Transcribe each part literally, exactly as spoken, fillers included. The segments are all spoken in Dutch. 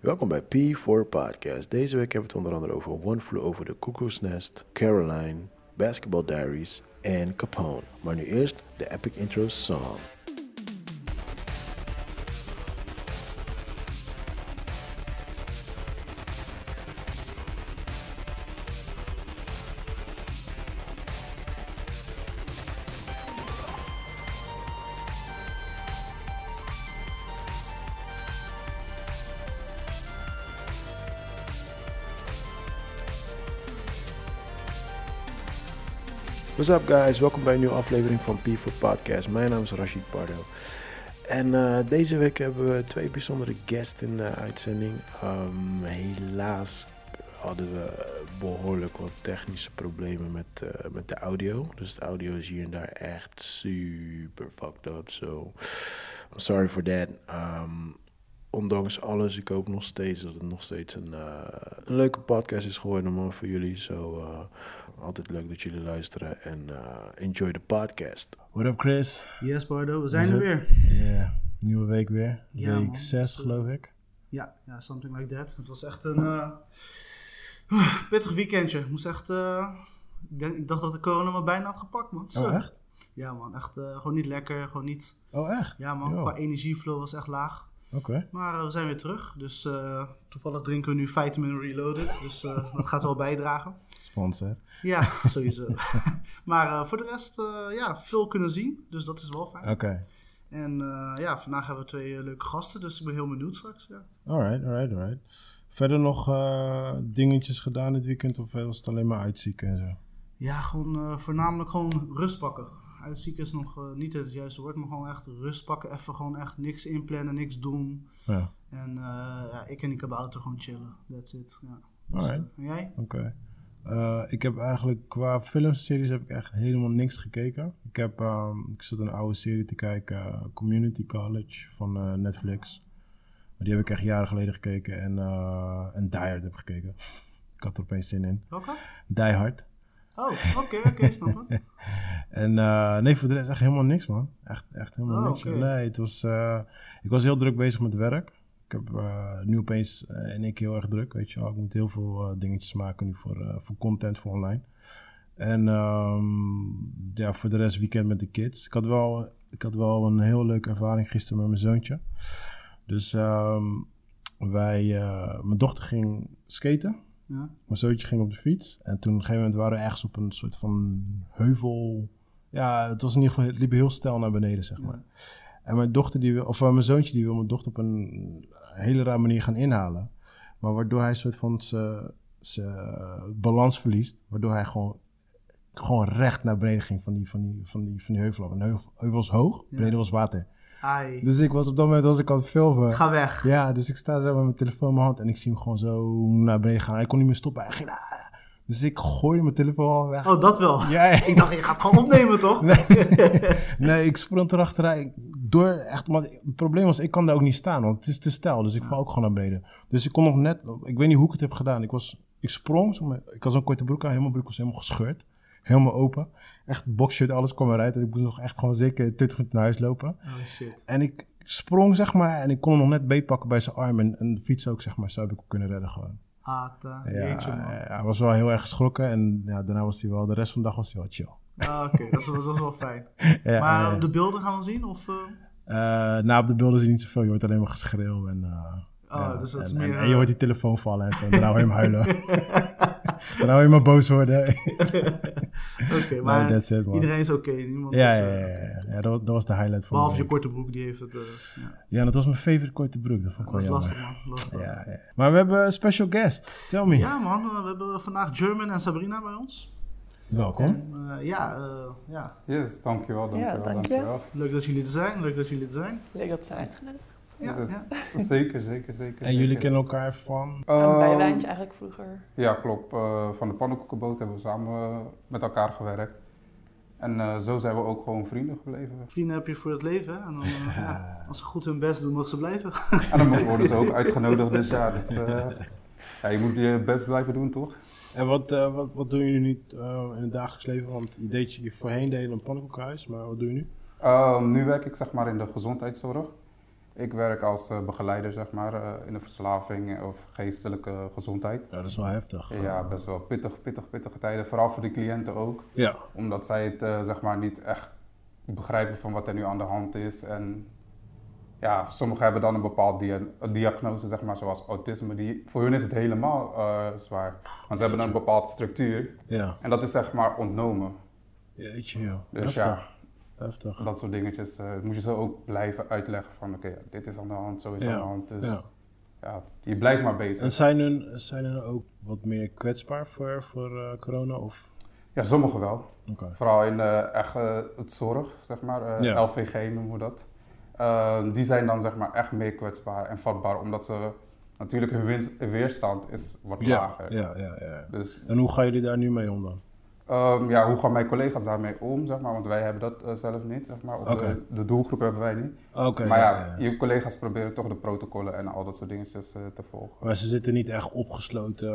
Welkom bij P vier Podcast. Deze week hebben we het onder andere over One Flew Over the Cuckoo's Nest, Caroline, Basketball Diaries en Capone. Maar nu eerst de epic intro song. What's up guys, welkom bij een nieuwe aflevering van P vier Podcast. Mijn naam is Rashid Pardo. En uh, deze week hebben we twee bijzondere guests in de uitzending. Um, helaas hadden we behoorlijk wat technische problemen met, uh, met de audio. Dus de audio is hier en daar echt super fucked up. So, I'm sorry for that. Um, ondanks alles, ik hoop nog steeds dat het nog steeds een, uh, een leuke podcast is geworden man, voor jullie. So, uh, altijd leuk dat jullie luisteren en uh, enjoy the podcast. What up Chris? Yes Bardo, we zijn er weer. Ja, yeah. Nieuwe week weer. Ja, week zes geloof ik. Ja, ja, something like that. Het was echt een uh, pittig weekendje. Ik moest echt, uh, ik, denk, ik dacht dat de corona me bijna had gepakt man. Zo. Oh echt? Ja man, echt uh, gewoon niet lekker, gewoon niet. Oh echt? Ja man, Yo. qua energieflow was echt laag. Oké. Okay. Maar uh, we zijn weer terug, dus uh, toevallig drinken we nu Vitamin Reloaded, dus uh, dat gaat wel bijdragen. Sponsor. Ja, sowieso. Maar uh, voor de rest, uh, ja, veel kunnen zien, dus dat is wel fijn. Oké. Okay. En uh, ja, vandaag hebben we twee uh, leuke gasten, dus ik ben heel benieuwd straks. Ja. Alright, alright, alright. Verder nog uh, dingetjes gedaan dit weekend of was het alleen maar uitzieken en zo? Ja, gewoon uh, voornamelijk gewoon rust pakken. Uitzieken is nog uh, niet het juiste woord, maar gewoon echt rust pakken. Even gewoon echt niks inplannen, niks doen. Ja. En uh, ja, ik en die kabouter gewoon chillen. That's it. Ja. Dus, alright. Uh, en jij? Oké. Okay. Uh, ik heb eigenlijk qua filmseries heb ik echt helemaal niks gekeken. Ik heb, um, ik zat een oude serie te kijken, uh, Community College van uh, Netflix. Maar die heb ik echt jaren geleden gekeken en, uh, en Die Hard heb gekeken. Ik had er opeens zin in. Welke? Die Hard. Oh, oké, okay, oké, okay, snap ik. En uh, nee, voor de rest echt helemaal niks, man. Echt, echt helemaal oh, niks. Okay. Nee, het was, uh, ik was heel druk bezig met werk. Ik heb uh, nu opeens uh, in één keer heel erg druk, weet je wel. Ik moet heel veel uh, dingetjes maken nu voor, uh, voor content, voor online. En um, ja, voor de rest weekend met de kids. Ik had wel, ik had wel een heel leuke ervaring gisteren met mijn zoontje. Dus um, wij, uh, mijn dochter ging skaten. Ja. Mijn zoontje ging op de fiets. En toen op een gegeven moment waren we ergens op een soort van heuvel. Ja, het was in ieder geval, het liep heel steil naar beneden, zeg maar. Ja. En mijn dochter, die wil, of uh, mijn zoontje, die wil mijn dochter op een hele rare manier gaan inhalen. Maar waardoor hij een soort van zijn balans verliest. Waardoor hij gewoon, gewoon recht naar beneden ging van die, van die, van die, van die heuvel af. En de heuvel, heuvel was hoog, ja. Beneden was water. Ai. Dus ik was op dat moment was ik aan het filmen. Ga weg. Ja, dus ik sta zo met mijn telefoon in mijn hand en ik zie hem gewoon zo naar beneden gaan. Hij kon niet meer stoppen. Hij ging, ah. Dus ik gooide mijn telefoon weg. Oh, dat wel? Ja, ja. Ik dacht, je gaat gewoon opnemen, toch? Nee, nee ik sprong erachteraan. Door, echt, maar het probleem was, ik kan daar ook niet staan, want het is te steil. Dus ik val ook gewoon naar beneden. Dus ik kon nog net, ik weet niet hoe ik het heb gedaan. Ik, was, ik sprong, ik had zo'n korte broek aan, helemaal broek was helemaal gescheurd. Helemaal open. Echt boxshirt, alles kwam eruit. En ik moest nog echt gewoon zeker twintig minuten naar huis lopen. Oh shit. En ik sprong, zeg maar, en ik kon hem nog net beetpakken bij zijn arm. En, en de fiets ook, zeg maar, zo heb ik hem kunnen redden gewoon. Ata, ja, jeetje, man. Hij was wel heel erg geschrokken. En ja, daarna was hij wel, de rest van de dag was hij wel chill. Ah, oké, okay. dat, dat is wel fijn. ja, maar uh, de beelden gaan we zien? Of, uh... Uh, nou, op de beelden zie je niet zoveel. Je hoort alleen maar geschreeuw. En, uh, oh, ja, dus dat en, is meer... En, en je hoort die telefoon vallen en zo. Daarna hoor je hem huilen. Daarna hoor je maar boos worden. Oké, okay, maar no, it, iedereen is oké. Okay. Ja, is, ja, ja, ja. ja dat, dat was de highlight van behalve je korte broek, die heeft het... Uh, ja. ja, dat was mijn favorite korte broek. Dat vond ik ja, wel dat jammer. lastig, man. Lastig. Ja, ja. Maar we hebben een special guest. Tell me. Ja, man. We hebben vandaag German en Sabrina bij ons. Welkom. En, uh, ja, uh, ja. Yes, dankjewel, dankjewel, ja, dank dankjewel. Leuk dat jullie er zijn, leuk dat jullie er zijn. Leuk dat we zijn uitgenodigd. Ja, yes, ja. Zeker, zeker, zeker. En jullie kennen elkaar van? Een Uh, bijbaantje eigenlijk vroeger. Ja, klopt. Uh, van de pannenkoekenboot hebben we samen uh, met elkaar gewerkt. En uh, zo zijn we ook gewoon vrienden gebleven. Vrienden heb je voor het leven, hè? En dan, uh, ja, als ze goed hun best doen, mogen ze blijven. En dan worden ze ook uitgenodigd, dus ja, dat, uh, ja, je moet je best blijven doen, toch? En wat, uh, wat, wat doen jullie nu uh, in het dagelijks leven? Want je deed je voorheen deed je een pannenkoekenhuis, maar wat doe je nu? Uh, nu werk ik zeg maar in de gezondheidszorg. Ik werk als uh, begeleider, zeg maar, uh, in de verslaving of geestelijke gezondheid. Ja, dat is wel heftig. Ja, best wel pittig, pittig, pittige tijden. Vooral voor de cliënten ook. Ja. Omdat zij het, uh, zeg maar, niet echt begrijpen van wat er nu aan de hand is. En ja, sommigen hebben dan een bepaalde dia- diagnose, zeg maar, zoals autisme. Die, voor hun is het helemaal uh, zwaar. Want ze hebben een bepaalde structuur. Ja. En dat is, zeg maar, ontnomen. Jeetje, joh. Dus heftig. ja. Heftig. Dat soort dingetjes uh, moet je zo ook blijven uitleggen van oké, okay, ja, dit is aan de hand, zo is ja. aan de hand. Dus ja. ja, je blijft maar bezig. En zijn hun, zijn hun ook wat meer kwetsbaar voor, voor uh, corona? Of? Ja, sommigen wel. Okay. Vooral in uh, echt uh, het zorg, zeg maar, uh, ja. L V G noemen we dat. Uh, die zijn dan zeg maar echt meer kwetsbaar en vatbaar, omdat ze natuurlijk hun winst, weerstand is wat ja. lager. Ja, ja, ja. Dus, en hoe gaan jullie daar nu mee om dan? Um, ja, hoe gaan mijn collega's daarmee om, zeg maar, want wij hebben dat uh, zelf niet, zeg maar. Okay. De, de doelgroep hebben wij niet. Okay, maar ja, ja, ja, ja, je collega's proberen toch de protocollen en al dat soort dingetjes uh, te volgen. Maar ze zitten niet echt opgesloten?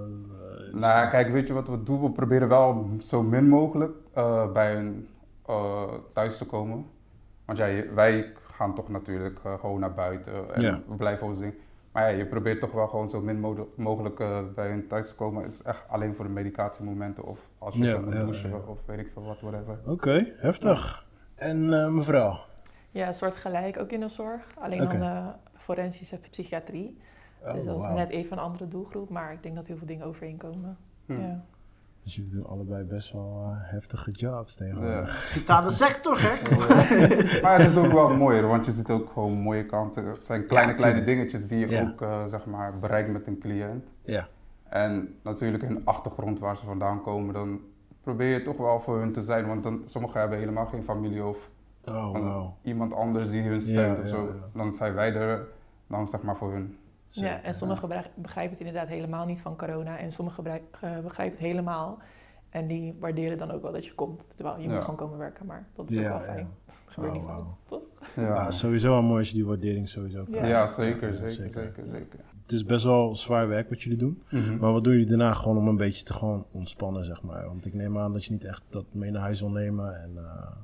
Uh, nou, is... kijk, weet je wat we doen? We proberen wel zo min mogelijk uh, bij hun uh, thuis te komen. Want ja, wij gaan toch natuurlijk uh, gewoon naar buiten en ja. we blijven ons ding. Maar ja, je probeert toch wel gewoon zo min mo- mogelijk uh, bij hun thuis te komen. Het is echt alleen voor de medicatiemomenten of als je ja, zo moet ja, douchen ja. of weet ik veel wat, whatever. Oké, okay, heftig. Ja. En uh, mevrouw? Ja, een soort gelijk ook in de zorg. Alleen okay. dan uh, forensische psychiatrie. Oh, dus dat is wow. net even een andere doelgroep, maar ik denk dat heel veel dingen overeenkomen. Hmm. Ja. Dus jullie doen allebei best wel uh, heftige jobs tegenwoordig. Ja. Totale sector, gek. Maar het is ook wel mooier, want je ziet ook gewoon mooie kanten. Het zijn kleine, ja, kleine dingetjes die je ja. ook uh, zeg maar, bereikt met een cliënt. Ja. En natuurlijk in de achtergrond waar ze vandaan komen, dan probeer je toch wel voor hun te zijn. Want dan, sommigen hebben helemaal geen familie of oh, wow. iemand anders die hun steunt ja, of zo. Ja, ja. Dan zijn wij er dan zeg maar voor hun. Zo, ja, en sommigen ja. begrijpen het inderdaad helemaal niet van corona en sommigen begrijpen het helemaal. En die waarderen dan ook wel dat je komt, terwijl je ja. moet gewoon komen werken, maar dat is ja, ook wel fijn. Ja. Dat gebeurt wow, niet wow. toch? Ja. Ja, sowieso wel mooi als je die waardering sowieso krijgt. Ja, ja, zeker, zeker, zeker, zeker, zeker. Het is best wel zwaar werk wat jullie doen, mm-hmm. maar wat doen jullie daarna gewoon om een beetje te gewoon ontspannen, zeg maar? Want ik neem aan dat je niet echt dat mee naar huis wil nemen en...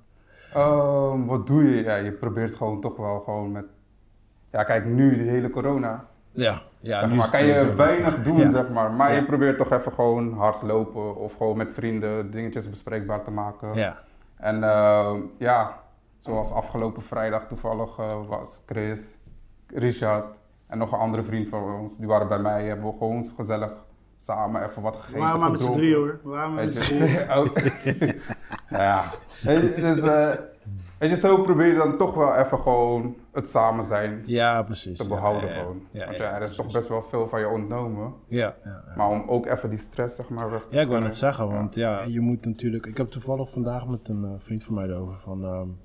Uh... Um, wat doe je? Ja, je probeert gewoon toch wel gewoon met... Ja, kijk, nu die hele corona... Ja, ja zeg nu maar, kan je weinig doen, ja. zeg maar. Maar ja. je probeert toch even gewoon hard lopen of gewoon met vrienden dingetjes bespreekbaar te maken. Ja. En uh, ja, zoals afgelopen vrijdag toevallig uh, was Chris, Richard en nog een andere vriend van ons, die waren bij mij. Hebben we gewoon gezellig samen even wat gegeten. We waren maar met z'n drie hoor. We waren maar met z'n drie. Ja, dus... Uh, Weet je, zo probeer je dan toch wel even gewoon het samen zijn ja, precies. te behouden. Ja, ja, ja. Gewoon. Ja, Want ja, ja, er is precies. toch best wel veel van je ontnomen. Ja, ja, ja. Maar om ook even die stress, zeg maar, weg te Ja, ik wou net zeggen, ja. want ja, je moet natuurlijk... Ik heb toevallig vandaag met een uh, vriend van mij erover van... Um,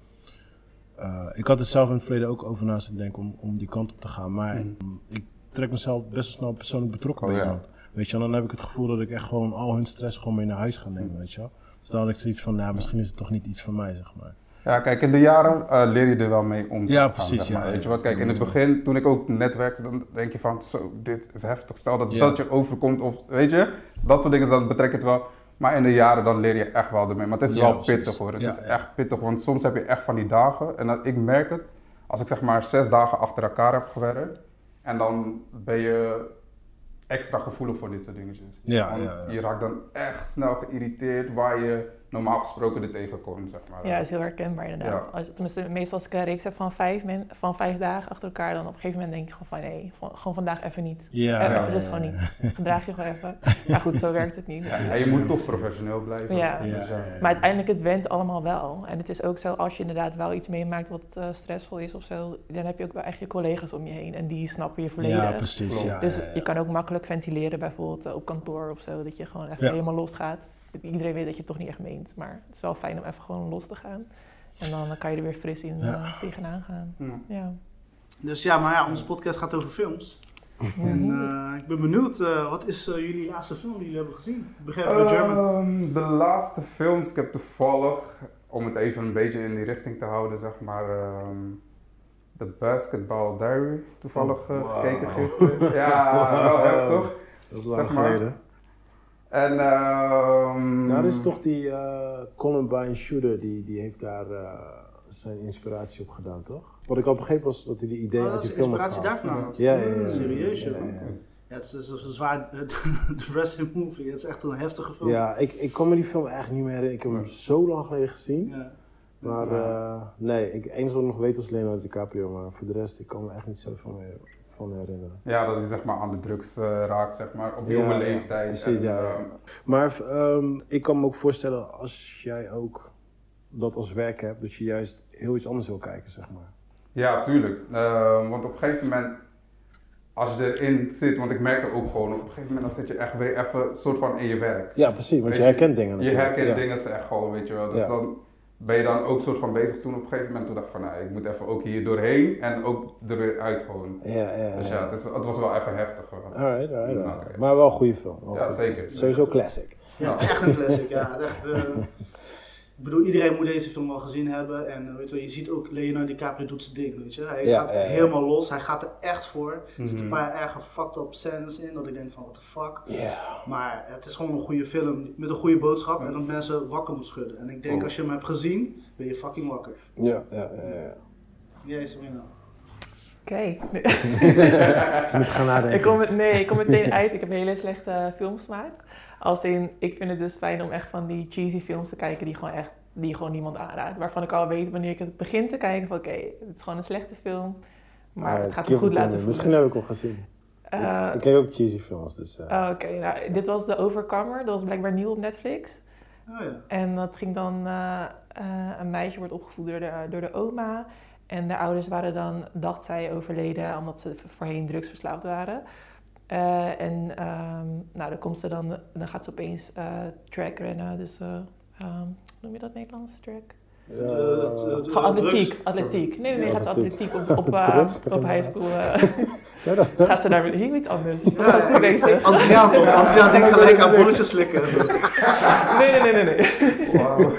uh, ik had er zelf in het verleden ook over na te denken om, om die kant op te gaan. Maar mm. um, ik trek mezelf best wel snel persoonlijk betrokken oh, bij ja. iemand. Weet je, en dan heb ik het gevoel dat ik echt gewoon al hun stress gewoon mee naar huis ga nemen, mm. weet je wel. Dus dan had ik zoiets van, nou, misschien is het toch niet iets voor mij, zeg maar. Ja, kijk, in de jaren uh, leer je er wel mee om te ja, gaan, precies, zeg maar. ja, Weet je wat, kijk, ja, in het begin, toen ik ook netwerkte, dan denk je van, zo, dit is heftig. Stel dat ja. dat je overkomt of, weet je, dat soort dingen, dan betrek je het wel. Maar in de jaren, dan leer je echt wel ermee. Maar het is ja, wel precies. pittig, hoor. Het ja, is ja. echt pittig, want soms heb je echt van die dagen. En dat, ik merk het, als ik zeg maar zes dagen achter elkaar heb gewerkt, en dan ben je extra gevoelig voor dit soort dingetjes. Ja, ja, ja. Je raakt dan echt snel geïrriteerd waar je normaal gesproken er tegenkomt, zeg maar. Ja, dat is heel herkenbaar inderdaad. Ja. Als, tenminste, meestal als ik een reeks heb van vijf, men, van vijf dagen achter elkaar, dan op een gegeven moment denk ik gewoon van nee, van, gewoon vandaag even niet. Ja, even, ja, even dus ja, gewoon ja. niet. Gedraag je gewoon even. Maar goed, zo werkt het niet. Ja, en je moet toch professioneel blijven. Ja. Dus, ja. Maar uiteindelijk, het went allemaal wel. En het is ook zo, als je inderdaad wel iets meemaakt wat uh, stressvol is of zo, dan heb je ook wel echt je collega's om je heen en die snappen je volledig. Ja, precies. Ja, dus ja, ja. je kan ook makkelijk ventileren, bijvoorbeeld uh, op kantoor of zo, dat je gewoon even ja. helemaal losgaat. Iedereen weet dat je het toch niet echt meent, maar het is wel fijn om even gewoon los te gaan. En dan, dan kan je er weer fris in uh, ja. tegenaan gaan. Ja. Ja. Dus ja, maar ja, onze podcast gaat over films. Mm-hmm. En uh, ik ben benieuwd, uh, wat is uh, jullie laatste film die jullie hebben gezien? Ik begrijp uh, German. De laatste films, ik heb toevallig, om het even een beetje in die richting te houden, zeg maar, um, The Basketball Diary toevallig uh, oh, wow. gekeken gisteren. Ja, wel heftig. Dat is lang zeg maar. geleden. En um, nou, dat is toch die uh, Columbine shooter, die, die heeft daar uh, zijn inspiratie op gedaan, toch? Wat ik al begreep was dat hij die idee Oh, uit dat die is film had inspiratie gehaald. daarvan aan. Ja, ja, ja, ja. Serieus, ja, joh. ja, ja. Ja, het is, het is een zwaar, de wrestling movie, het is echt een heftige film. Ja, ik, ik kan me die film echt niet meer herinneren. Ik heb hem zo lang geleden gezien. Ja. Maar uh, nee, ik, eens wat ik nog weet was Leonardo DiCaprio, maar voor de rest, ik kan me echt niet zo van, meer, van herinneren. Ja, dat hij zeg maar aan de drugs uh, raakt, zeg maar, op jonge ja, leeftijd. Precies, en, ja. uh, maar um, ik kan me ook voorstellen, als jij ook dat als werk hebt, dat je juist heel iets anders wil kijken, zeg maar. Ja, tuurlijk. Uh, want op een gegeven moment, als je erin zit, want ik merk het ook gewoon, op een gegeven moment dan zit je echt weer even soort van in je werk. Ja, precies, want weet je herkent dingen Je natuurlijk. herkent ja. dingen echt gewoon, weet je wel. Dus ja. dan ben je dan ook soort van bezig toen op een gegeven moment, toen dacht ik van, nou, ik moet even ook hier doorheen en ook er weer uit gewoon. Ja, ja, ja. Dus ja, het, is, het was wel even heftig. Alright, alright, alright. Maar wel een goede film. Wel ja, goed. zeker. Sowieso classic. Ja, het is echt een classic, ja. Echt, uh, ik bedoel, iedereen moet deze film wel gezien hebben en weet je, je ziet ook Leonardo DiCaprio doet zijn ding, weet je. Hij ja, gaat ja, ja. helemaal los, hij gaat er echt voor. Er Mm-hmm. zitten een paar erge fucked up scènes in, dat ik denk van, what the fuck. Yeah. Maar het is gewoon een goede film met een goede boodschap en dat mensen wakker moet schudden. En ik denk, oh. als je hem hebt gezien, ben je fucking wakker. Ja, ja, ja. ja. Jezus, Mina. Oké. Ze moet gaan nadenken. Ik kom met, nee, ik kom meteen uit. Ik heb een hele slechte filmsmaak. Als in, ik vind het dus fijn om echt van die cheesy films te kijken die gewoon echt, die gewoon niemand aanraadt. Waarvan ik al weet wanneer ik het begin te kijken van oké, okay, het is gewoon een slechte film. Maar ah, het gaat me goed laten voelen. Misschien heb ik al gezien. Uh, ik kijk ook cheesy films, dus... Uh. Uh, Oké, okay, nou, dit was The Overcomer. Dat was blijkbaar nieuw op Netflix. Oh, ja. En dat ging dan... Uh, uh, een meisje wordt opgevoed door de, door de oma. En de ouders waren dan, dacht zij, overleden omdat ze voorheen drugsverslaafd waren. Uh, en um, nou, dan komt ze dan... Dan gaat ze opeens uh, track rennen. Dus... Uh, um, noem je dat Nederlands? Track? Ja, uh, Gewoon atletiek, atletiek. Nee, nee, nee, gaat ze atletiek op, op, uh, op high school. Uh, ja, dat gaat ze daar heel iets anders. Dat is ja, goed bezig. Andriaan toch? Andriaan denkt gelijk aan bolletjes slikken. Nee, nee, nee, nee. nee. Wow.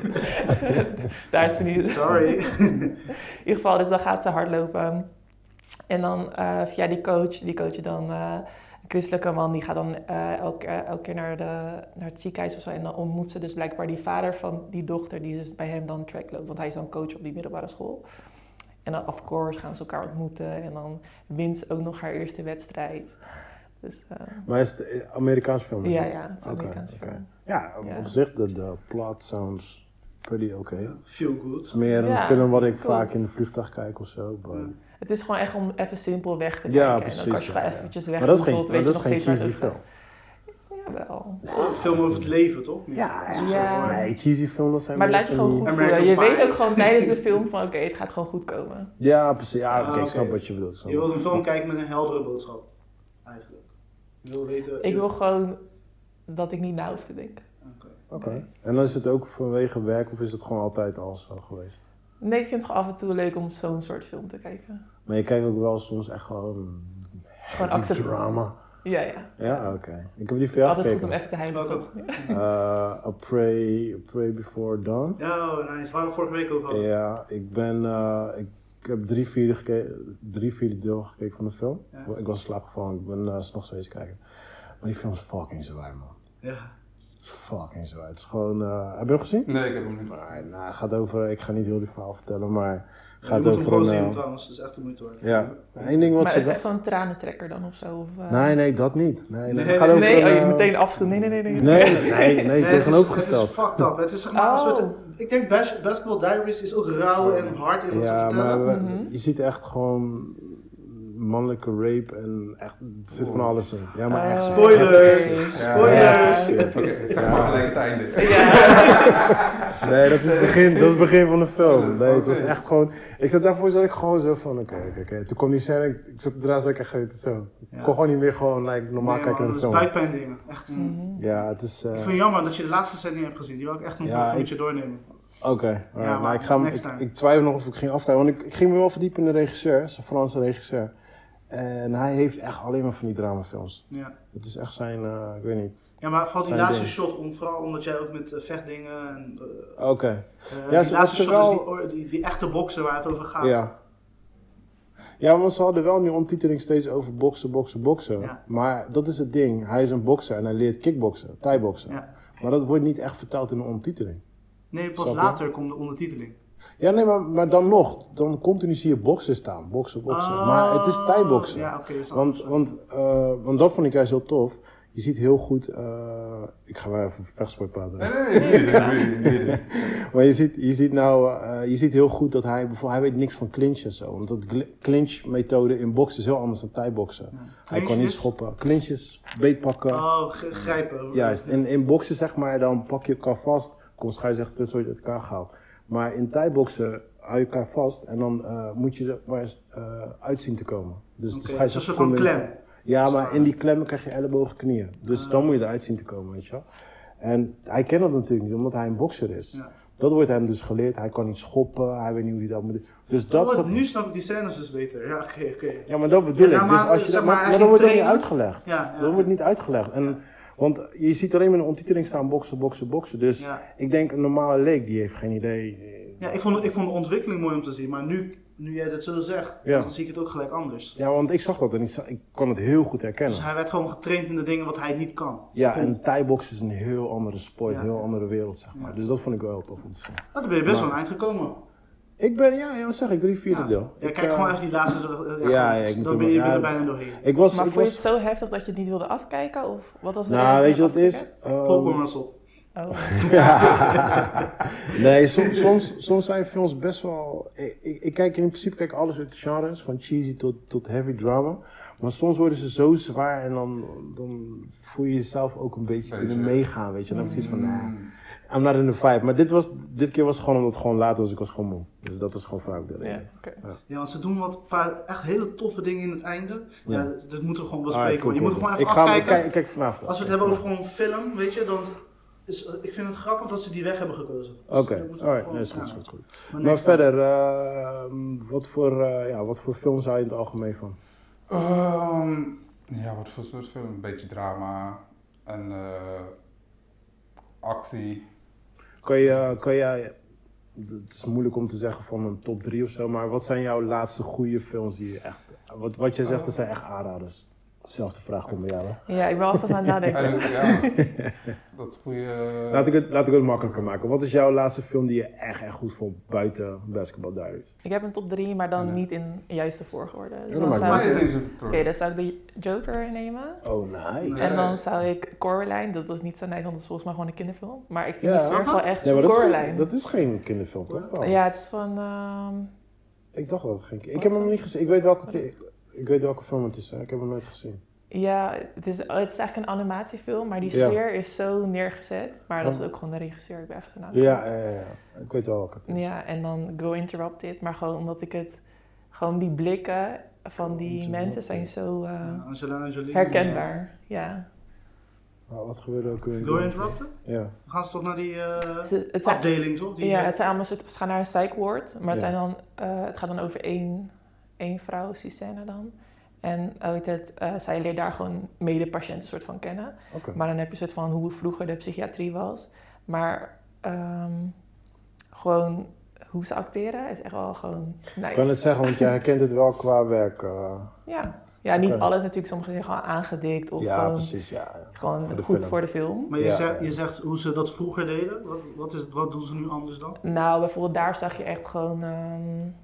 Daar is ze niet. Sorry. In ieder geval, dus dan gaat ze hardlopen. En dan uh, via die coach, die coach dan... Uh, een christelijke man, die gaat dan uh, elke, uh, elke keer naar, de, naar het ziekenhuis of zo. En dan ontmoet ze dus blijkbaar die vader van die dochter die dus bij hem dan track loopt. Want hij is dan coach op die middelbare school. En dan of course gaan ze elkaar ontmoeten. En dan wint ze ook nog haar eerste wedstrijd. Dus, uh, maar is het een Amerikaanse film? Ja, ja, het is een okay, Amerikaanse okay. film. Ja, op, ja. op zich, de, de plot sounds pretty oké. Okay. Feel good. Het is meer ja, een film wat ik cool. vaak in de vliegtuig kijk of zo. But... Ja. Het is gewoon echt om even simpel weg te kijken. Ja, precies. En dan kan je gewoon ja, eventjes ja. weg. Maar dat is geen, weet maar je dat nog is geen steeds cheesy film. Jawel. Een film over het leven, toch? Ja, ja. ja. Nee, cheesy film, dat zijn maar laat je gewoon goed American voelen. Je Pie. weet ook gewoon tijdens de film van oké, okay, het gaat gewoon goed komen. Ja, precies. Ja, oké, ah, okay, okay. ik snap wat je bedoelt. Je wilt een film kijken met een heldere boodschap, eigenlijk. Je wil weten... Ik wil gewoon dat ik niet na hoef te denken. Oké. Okay. Okay. En dan is het ook vanwege werk of is het gewoon altijd al zo geweest? Nee, ik vind het gewoon af en toe leuk om zo'n soort film te kijken. Maar je kijkt ook wel soms echt gewoon... Gewoon actie drama. Ja, ja. Ja, oké. Okay. Ik heb die voor jou gekeken. Het is altijd gekeken. goed om even te huilen, toch? Uh, A Pray, A Pray Before Dawn. Ja, oh, nice. Waar we vorige week over hadden. Ja, ik ben... Uh, ik, ik heb drie vierde, geke- drie vierde deel gekeken van de film. Ja. Ik was in slaap gevallen, ik ben uh, nog steeds kijken. Maar die film is fucking zwaar, man. Ja. Fucking zwaar. Het is gewoon... Uh, heb je hem gezien? Nee, ik heb hem niet. Maar, nou, het gaat over... Ik ga niet heel die verhaal vertellen, maar... Ja, gaat je moet over hem gewoon een, zien uh, trouwens, het is echt de moeite waard. Ja, één ding wat Maar ze... is het echt zo'n tranentrekker dan of zo? Of, uh... Nee, nee, dat niet. Nee, nee. Nee, het gaat nee, over Nee, een, oh, je uh, meteen afschoen. Nee, nee, nee. Nee, Nee, nee, nee, nee, Nee, tegenovergesteld. Het is, het is fucked up. Het is, zeg maar, als we het, Oh. ik denk Bas- Basketball Diaries is ook rauw en hard in wat ze Ja, vertellen. maar we- Mhm. je ziet echt gewoon mannelijke rape en echt, er zit van alles in. Ja, maar echt. Uh, Spoiler! okay. Spoiler! Ja. Shit. Oké, okay, zeg maar gelijk het einde. Ja. Nee, dat is het begin, dat is het begin van de film. Nee, het was echt gewoon, ik zat daarvoor zat ik gewoon zo van, oké, okay, oké, okay, oké. Toen kwam die scène, ik, ik zat ernaast dat ik echt geweten zo. Ik Ja. kon gewoon niet meer gewoon like, normaal Nee, kijken man, naar de dat is film. buikpijn dingen. Echt. Mhm. Ja, het is... Uh, Ik vind het jammer dat je de laatste scène niet hebt gezien. Die wil ik echt nog Ja, even ik- met je doornemen. Oké, okay, Ja, maar, maar ik, ga, hem- next ik, time. ik twijfel nog of ik ging afkijken, want ik, ik ging me wel verdiepen in de regisseur, het is een Franse regisseur. En hij heeft echt alleen maar van die dramafilms. Ja. Het is echt zijn, uh, ik weet niet. Ja, maar vooral die Zijn laatste ding. shot, om, vooral omdat jij ook met uh, vechtdingen en... Uh, Oké, okay. uh, Ja, die ze- laatste ze shot wel- is die, or- die, die echte boksen waar het over gaat. ja. Ja, want ze hadden wel nu omtiteling steeds over boksen, boksen, boksen. Ja. Maar dat is het ding, hij is een bokser en hij leert kickboksen, thai-boksen. Ja. Maar dat wordt niet echt verteld in de omtiteling. Nee, pas Snap je? later komt de ondertiteling. Ja, nee, maar, maar dan nog. Dan continu zie je boksen staan. Boksen, boksen. Oh, maar het is Thai-boksen. Ja, oké. Okay, want, want, uh, want dat vond ik juist heel tof. Je ziet heel goed... Uh, ik ga wel even vechtsport praten. Nee, nee, nee, nee, nee. Maar je ziet, je ziet nou... Uh, je ziet heel goed dat hij... Bijvoorbeeld, hij weet niks van clinch en zo. Want de clinch-methode in boksen is heel anders dan Thai-boksen. Ja. Hij kan niet schoppen. Clinch is beetpakken. Oh, grijpen. Juist. In, in boksen zeg maar, dan pak je elkaar vast. Kom scheidsrechter, het wordt uit elkaar gehaald. Maar in Thai-boksen hou je elkaar vast en dan uh, moet je er maar uh, uitzien te komen. Dus okay, het is een soort van klem. Ja, maar in die klemmen krijg je ellebogen, knieën. Dus uh. dan moet je eruit zien te komen, weet je wel. En hij kent dat natuurlijk niet, omdat hij een bokser is. Ja. Dat wordt hem dus geleerd. Hij kan niet schoppen, hij weet niet hoe hij dat moet doen. Dus dat oh, dat... Nu snap ik die scènes dus beter. Ja, oké, okay, oké. Okay. Ja, maar dat bedoel ja, ik. Nou, maar, dus als je zeg dat, maar, maar dat wordt trainen... niet uitgelegd. Ja, ja, dat wordt niet uitgelegd. En, ja. Want je ziet alleen maar in de ondertiteling staan boksen, boksen, boksen. Dus ja. ik denk een normale leek die heeft geen idee. Ja, ik vond, ik vond de ontwikkeling mooi om te zien, maar nu, nu jij dat zo zegt, ja. dan zie ik het ook gelijk anders. Ja, want ik zag dat en ik, zag, ik kon het heel goed herkennen. Dus hij werd gewoon getraind in de dingen wat hij niet kan. Ja, Kom. en Thai-boksen is een heel andere sport, ja. een heel andere wereld, zeg maar. Ja. Dus dat vond ik wel heel tof om te zien. Oh, dan ben je best maar, wel een eind gekomen. Ik ben, ja, ja wat zeg ik, drie vierde ja. deel. Ja, ik, kijk uh, gewoon even die laatste, ja, ja, ja, ik dan ben je, ja, er bijna doorheen. Ik was, maar ik vond was... je het zo heftig dat je het niet wilde afkijken? Of wat was het? Nou, weet je wat het is? Um, Popcorn op. Oh. ja. Nee, soms, soms, soms zijn films best wel... Ik, ik, ik kijk in principe kijk alles uit de genres, van cheesy tot, tot heavy drama. Maar soms worden ze zo zwaar en dan, dan voel je jezelf ook een beetje erin meegaan, weet je. Dan heb ik zoiets van, nah, I'm not in the vibe. Maar dit, was, dit keer was gewoon omdat het gewoon laat was, ik was gewoon moe. Dus dat is gewoon vaak de reden. Yeah, okay. ja. ja, want ze doen wat paar echt hele toffe dingen in het einde. Ja, ja dat, dat moeten we gewoon bespreken. Ah, cool, je cool, moet gewoon even ik afkijken. Ga, kijk, kijk vanavond. Als we het hebben over gewoon film, weet je, dan... Is, ik vind het grappig dat ze die weg hebben gekozen. Dus oké, okay. alright, nee, is goed, ja. goed, goed. Maar, maar verder, uh, wat, voor, uh, ja, wat voor film zou je in het algemeen van? Um, ja, wat voor soort film? Een beetje drama en uh, actie. Kan je, kan je, het is moeilijk om te zeggen van een top drie of zo, maar wat zijn jouw laatste goede films die je echt, wat, wat je zegt, uh, dat zijn echt aanraders? Zelfde vraag komt bij jou, hè? Ja, ik ben alvast aan het nadenken. Ja, dat goede... Laat ik, het, laat ik het makkelijker maken. Wat is jouw laatste film die je echt, echt goed vond buiten Basketball Diaries? Ik heb een top drie, maar dan ja. niet in de juiste volgorde. Dus ja, dan zou ik, is Oké, okay, dan zou ik de Joker nemen. Oh, nice. En dan zou ik Coraline, dat was niet zo nice, want het is volgens mij gewoon een kinderfilm. Maar ik vind ja. die sfeer wel echt nee, maar Coraline. Dat, dat is geen kinderfilm, toch? Oh. Ja, het is van... Um... Ik dacht wel dat het geen... Ik heb hem nog niet gezien. Ik weet welke, te... ik weet welke film het is, hè. Ik heb hem nooit gezien. Ja, het is, het is eigenlijk een animatiefilm, maar die sfeer ja. is zo neergezet. Maar dat is ook gewoon de regisseur, ik ben even zijn naam. Ja, ja, ja, ik weet wel welke het is. Ja, en dan Go Interrupted, maar gewoon omdat ik het... Gewoon die blikken van die mensen zijn zo uh, ja, herkenbaar. Ja. Oh, wat gebeurde ook weer? Go Interrupted? Ja. Dan gaan ze toch naar die uh, het, het zijn, afdeling, toch? Die, ja, het zijn allemaal soort, ze gaan naar een psych ward, maar het, ja. zijn dan, uh, het gaat dan over één, één vrouw, Susanna dan. En uh, het, uh, zij leert daar gewoon medepatiënten soort van kennen. Okay. Maar dan heb je een soort van hoe vroeger de psychiatrie was. Maar um, gewoon hoe ze acteren is echt wel gewoon nice. Ik kan het zeggen, want jij herkent het wel qua werk. Uh... Ja. Ja, niet okay. alles natuurlijk. Sommige zijn gewoon aangedikt of ja, gewoon, precies, ja, ja. gewoon voor goed film. voor de film. Maar je, ja, zegt, ja. je zegt hoe ze dat vroeger deden. Wat, wat, is, wat doen ze nu anders dan? Nou, bijvoorbeeld daar zag je echt gewoon... Um,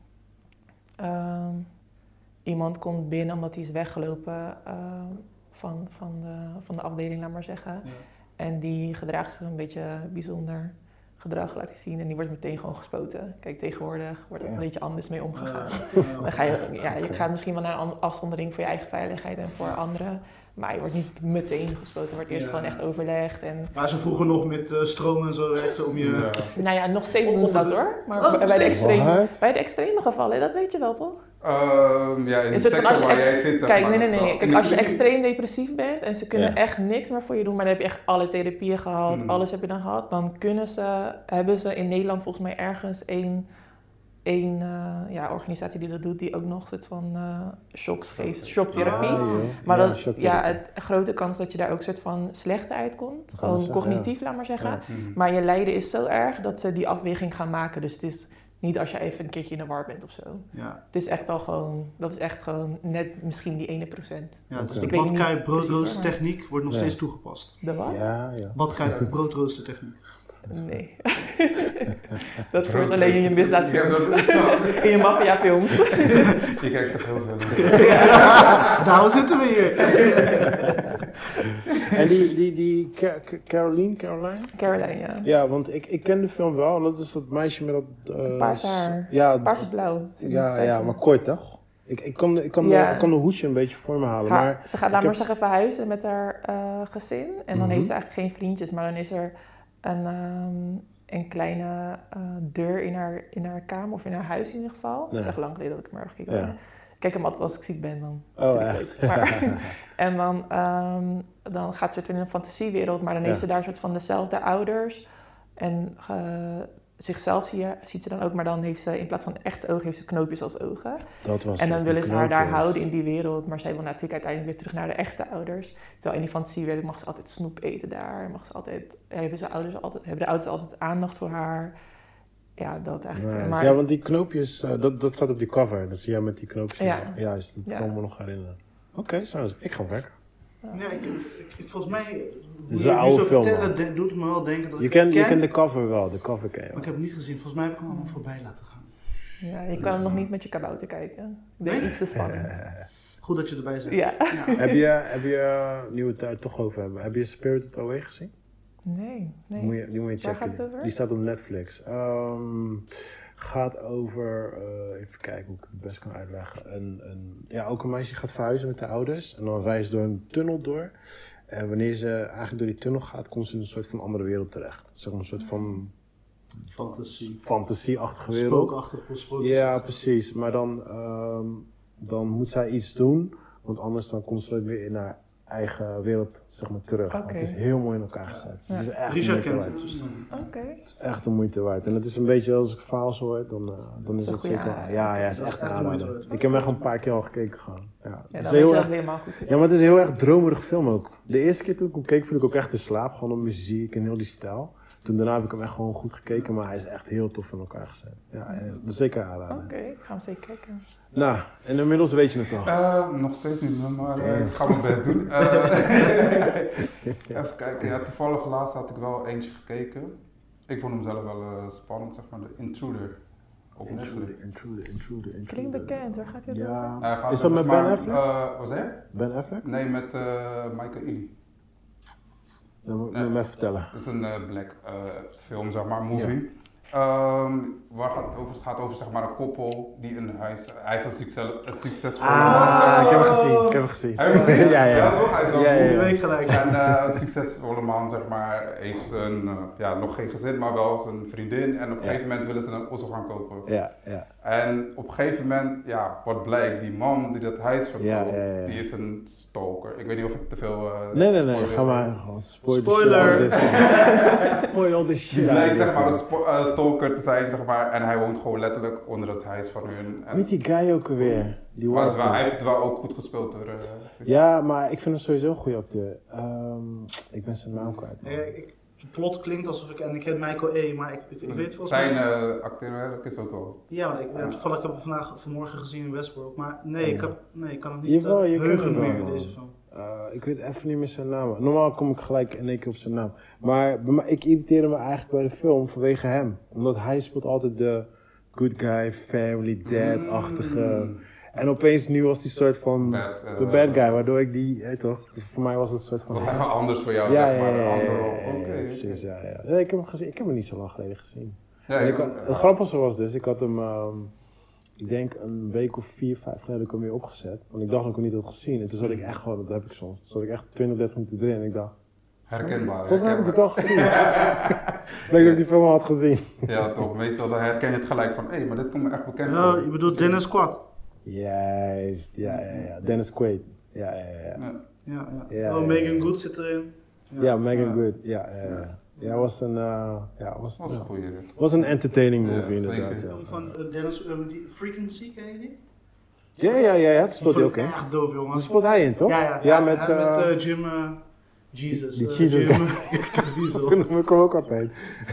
um, iemand komt binnen omdat hij is weggelopen uh, van, van, de, van de afdeling, laat maar zeggen. Ja. En die gedraagt zich een beetje bijzonder gedrag, laat ik zien. En die wordt meteen gewoon gespoten. Kijk, tegenwoordig wordt er ja. een beetje anders mee omgegaan. Ja. Ja. Dan ga je, ja, je gaat misschien wel naar een afzondering voor je eigen veiligheid en voor anderen. Maar je wordt niet meteen gespoten, er wordt eerst ja. gewoon echt overlegd. En... Maar ze vroeger nog met uh, stroom en zo werkten om je... Ja. Nou ja, nog steeds doen ze dat hoor. Maar oh, bij, de extreme, bij de extreme gevallen, dat weet je wel toch? Um, ja, in de sector waar jij zit. Kijk, nee, nee, nee. Kijk, als je extreem depressief bent en ze kunnen ja. echt niks meer voor je doen, maar dan heb je echt alle therapieën gehad, hmm. alles heb je dan gehad, dan kunnen ze, hebben ze in Nederland volgens mij ergens één, één uh, ja, organisatie die dat doet, die ook nog een soort van uh, shocks geeft, shocktherapie. Ah, maar ja, dat, ja, het grote kans dat je daar ook een soort van slecht uitkomt, gewoon zeggen, cognitief, ja. laat maar zeggen. Ja. Hmm. Maar je lijden is zo erg dat ze die afweging gaan maken, dus het is... Niet als je even een keertje in de war bent of zo. Ja. Het is echt al gewoon, dat is echt gewoon net misschien die ene procent. Ja, dus okay. de badkuip broodroostertechniek wordt nog ja. steeds toegepast. De wat? Ja, ja. Badkuip broodroostertechniek. Nee. Dat gebeurt alleen in je misdaadfilms. In je maffiafilms. Je kijkt te veel films. Ja. Nou zitten we hier. En die, die, die Ca- Ca- Caroline, Caroline? Caroline, ja. Ja, want ik, ik ken de film wel. En dat is dat meisje met dat... Uh, paars haar. Ja, paars-blauw. Ja, ja, maar kort toch? Ik, ik, kan, ik, kan ja. de, ik kan de hoesje een beetje voor me halen. Haar, maar ze gaat laat maar heb... zeggen verhuizen met haar uh, gezin. En dan mm-hmm. heeft ze eigenlijk geen vriendjes. Maar dan is er een, um, een kleine uh, deur in haar, in haar kamer. Of in haar huis in ieder geval. Ja. Het is echt lang geleden dat ik hem erg gekeken heb. Ja. Ik kijk hem altijd als ik ziek ben. Dan oh, ja. leuk. Maar, en dan, um, dan gaat ze in een fantasiewereld. Maar dan heeft ja. ze daar soort van dezelfde ouders. En... Uh, zichzelf zie je, ziet ze dan ook, maar dan heeft ze in plaats van echte ogen, heeft ze knoopjes als ogen. Dat was en dan willen ze haar knoopjes. daar houden in die wereld, maar zij wil natuurlijk uiteindelijk weer terug naar de echte ouders. Terwijl in die fantasiewereld mag ze altijd snoep eten daar, mag ze altijd, hebben, ze ouders altijd, hebben de ouders altijd aandacht voor haar. Ja, dat eigenlijk. Nice. Maar, ja, want die knoopjes, uh, dat, dat staat op die cover, dat zie je met die knoopjes. Ja, ja dus dat ja. kan me nog herinneren. Oké, okay, ik ga werken. Ja, ik, ik, ik, volgens mij, dit is een oude film. Vertellen, de, doet me wel denken dat je ik ken, het ken. Je kent de cover wel, de cover ken je wel. Maar ik heb het niet gezien, volgens mij heb ik hem allemaal voorbij laten gaan. Ja, je kan hem nog niet met je kabouter kijken. Ik denk nee? iets te spannend. Goed dat je erbij zit. Ja. Ja. heb je, heb je, nu we het daar toch over hebben, heb je Spirited Away gezien? Nee, nee. Die moet je, die moet je checken. Waar gaat het over? Die staat op Netflix. Um, gaat over, uh, even kijken hoe ik het best kan uitleggen. Een, een, ja, ook een meisje gaat verhuizen met haar ouders en dan reist door een tunnel door. En wanneer ze eigenlijk door die tunnel gaat, komt ze in een soort van andere wereld terecht. Zeg maar een soort van fantasie. fantasieachtige wereld. Spookachtig, sprookjes. Ja, precies. Maar dan, um, dan moet zij iets doen, want anders dan komt ze weer in haar eigen wereld zeg maar, terug. Okay. Het is heel mooi in elkaar gezet. Ja. Het is echt Richard de moeite kent waard. Het. Okay. Het is echt de moeite waard. En het is een beetje, als ik verhaals hoor, dan, uh, dan is, is het zeker... Ja, ja, het is echt een aanrader. Ik heb hem echt een paar keer al gekeken gewoon. Ja, ja, het is heel dat erg, helemaal goed. Ja, maar het is een heel erg dromerig film ook. De eerste keer toen ik hem keek, viel ik ook echt in slaap. Gewoon op muziek en heel die stijl. Toen daarna heb ik hem echt gewoon goed gekeken, maar hij is echt heel tof in elkaar gezet. Ja, dat is zeker aanraden. Oké, okay, ik ga hem zeker kijken. Nou, en inmiddels weet je het al. Uh, nog steeds niet, maar uh, ik ga mijn best doen. Uh, even kijken, ja, toevallig laatst had ik wel eentje gekeken. Ik vond hem zelf wel uh, spannend, zeg maar, de Intruder. Op Intruder, intruder, intruder, intruder. Klinkt bekend, waar gaat hij ja. over? Uh, is dat met maar, Ben Affleck? Uh, wat zei je? Ben Affleck? Nee, met uh, Michael Ealy. Dan moet je me even vertellen. Het is een uh, black uh, film, zeg maar, movie. Ja. Um, waar gaat het over? Het gaat over zeg maar, een koppel die een huis... Hij is een, succes, een succesvolle ah, man. Zeg maar. Ik heb hem gezien, ik heb hem gezien. Hij gezien? ja, ja. ja, toch? Hij is wel ja, ja, ja. Week gelijk. En uh, een succesvolle man, zeg maar, heeft een, uh, ja, nog geen gezin, maar wel zijn vriendin. En op een ja. gegeven moment willen ze een ossel gaan kopen. Ja, ja. En op een gegeven moment, ja, wat blijkt, die man die dat huis verkoopt, ja, ja, ja. die is een stalker. Ik weet niet of ik te veel... Uh, nee, nee, nee, ga maar. Spoiler. Spoiler! Spoiler all this shit. Die blijkt zeg maar een spo- uh, stalker te zijn, zeg maar, en hij woont gewoon letterlijk onder het huis van hun. Hoe heet die guy ook alweer? Die was wel, hij heeft het wel ook goed gespeeld door... Uh, ja, maar ik vind hem sowieso een goede acteur. Um, ik ben zijn naam kwijt. Ja, ik, het plot klinkt alsof ik... En ik ken Michael E., maar ik, ik, ik weet volgens zijn, mij... Zijn uh, acteerwerk is ook wel... Ja, maar ik, ja. toevallig heb ik vandaag, vanmorgen gezien in Westworld. Maar nee, ja. ik, heb, nee ik kan het niet Jawel, je uh, heugen meer in deze film. Uh, ik weet even niet meer zijn naam. Normaal kom ik gelijk in één keer op zijn naam. Maar ik irriteerde me eigenlijk bij de film vanwege hem. Omdat hij speelt altijd de good guy, family, dad-achtige... Mm. En opeens nu was die soort van bad, uh, de bad guy, waardoor ik die, hey, toch? Dus voor mij was het een soort van... Was even anders voor jou, ja, zeg maar. Ja, ja, andere ja, ja, ja, okay. precies, ja, ja. Nee, ik heb hem gezien, ik heb hem niet zo lang geleden gezien. Ja, ik ik, had, het grappige was dus, ik had hem, um, ik denk een week of vier, vijf geleden ik hem weer opgezet. Want ik dacht dat ik hem niet had gezien. En toen zat ik echt gewoon, dat heb ik soms, zat ik echt twintig, dertig minuten erin en ik dacht... Herkenbaar. Volgens mij heb ik het al gezien. Ik denk dat ik die film al had gezien. Ja, toch. Meestal dan herken je het gelijk van, hé, hey, maar dit komt me echt bekend voor. Oh, je bedoelt Dennis Quaid? Juist, ja, ja, ja. Dennis Quaid. Ja, ja, ja. ja, ja. ja oh, ja, Megan ja. Good zit erin. Ja, ja Megan ja. Good. Ja, ja, ja. Ja, was een, uh, ja, was, was, ja. een goeie, was een entertaining movie ja, inderdaad. Ja. Van uh, Dennis, uh, die Frequency, ken je die? Ja, ja, ja, ja, dat speelt hij ook in. Echt dope, jongen. Dat speelt hij in, toch? Ja, ja, ja, ja met, uh, met uh, Jim... Uh, Jesus. Die, die uh, Jesus Jim, guy. Ik kom ook altijd.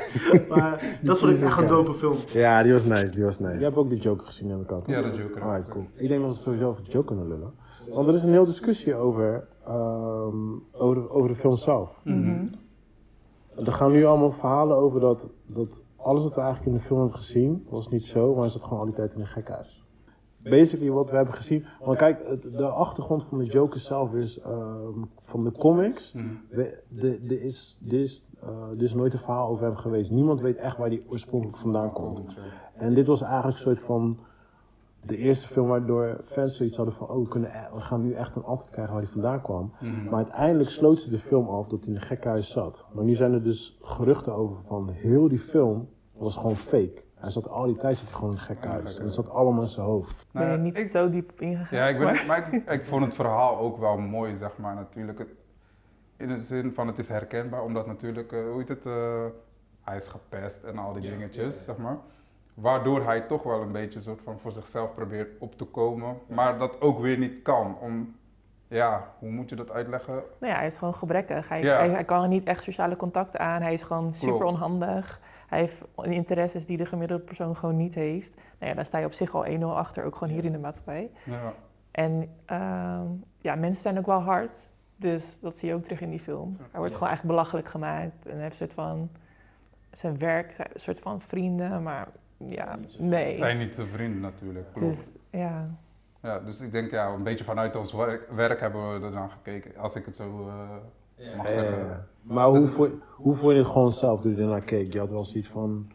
Maar dat vond ik echt een dope film. Ja, die was nice, die was nice. Je hebt ook die Joker gezien, heb ik al. Ja, de Joker. Alright, cool. Ik denk dat we sowieso over de Joker kunnen lullen. Want er is een hele discussie over, um, over, de, over de film zelf. Mm-hmm. er gaan nu allemaal verhalen over dat, dat alles wat we eigenlijk in de film hebben gezien, was niet zo, maar hij zat gewoon al die tijd in een gekhuis. Basically wat we hebben gezien, want kijk, het, de achtergrond van de Joker zelf is um, van de comics, Mm. er is, is, uh, is nooit een verhaal over hem geweest. Niemand weet echt waar hij oorspronkelijk vandaan komt. En dit was eigenlijk een soort van de eerste film waardoor fans zoiets hadden van, oh, we, kunnen, we gaan nu echt een antwoord krijgen waar hij vandaan kwam. Mm. Maar uiteindelijk sloot ze de film af dat hij in een gekhuis zat. Maar nu zijn er dus geruchten over van heel die film was gewoon fake. Hij zat al die tijd zat hij gewoon in een gekhuis. En het zat allemaal in zijn hoofd. Ben je Nou, niet ik- zo diep op ingegaan? Ja, ik, ben, maar- maar ik, ik vond het verhaal ook wel mooi, zeg maar, natuurlijk. Het- In de zin van, het is herkenbaar, omdat natuurlijk, uh, hoe heet het, uh, hij is gepest en al die Ja, dingetjes, ja, ja. zeg maar. Waardoor hij toch wel een beetje soort van voor zichzelf probeert op te komen, maar dat ook weer niet kan. Om, ja, hoe moet je dat uitleggen? Nou ja, hij is gewoon gebrekkig. Hij, Ja. hij, hij kan niet echt sociale contacten aan. Hij is gewoon super Klopt. onhandig. Hij heeft interesses die de gemiddelde persoon gewoon niet heeft. Nou ja, daar sta je op zich al één nul achter, ook gewoon hier in de maatschappij. Ja. En ehm, ja, mensen zijn ook wel hard. Dus dat zie je ook terug in die film. Hij wordt gewoon eigenlijk belachelijk gemaakt. En hij heeft een soort van zijn werk, zijn- een soort van vrienden, maar ja, nee. Zijn niet te vrienden natuurlijk, klopt. Dus ja, Ja, dus ik denk, ja, een beetje vanuit ons werk, werk hebben we er dan gekeken, als ik het zo uh, mag Eh, zeggen. maar hoe vond, hoe vond je het gewoon zelf toen je ernaar keek? Je had wel zoiets van,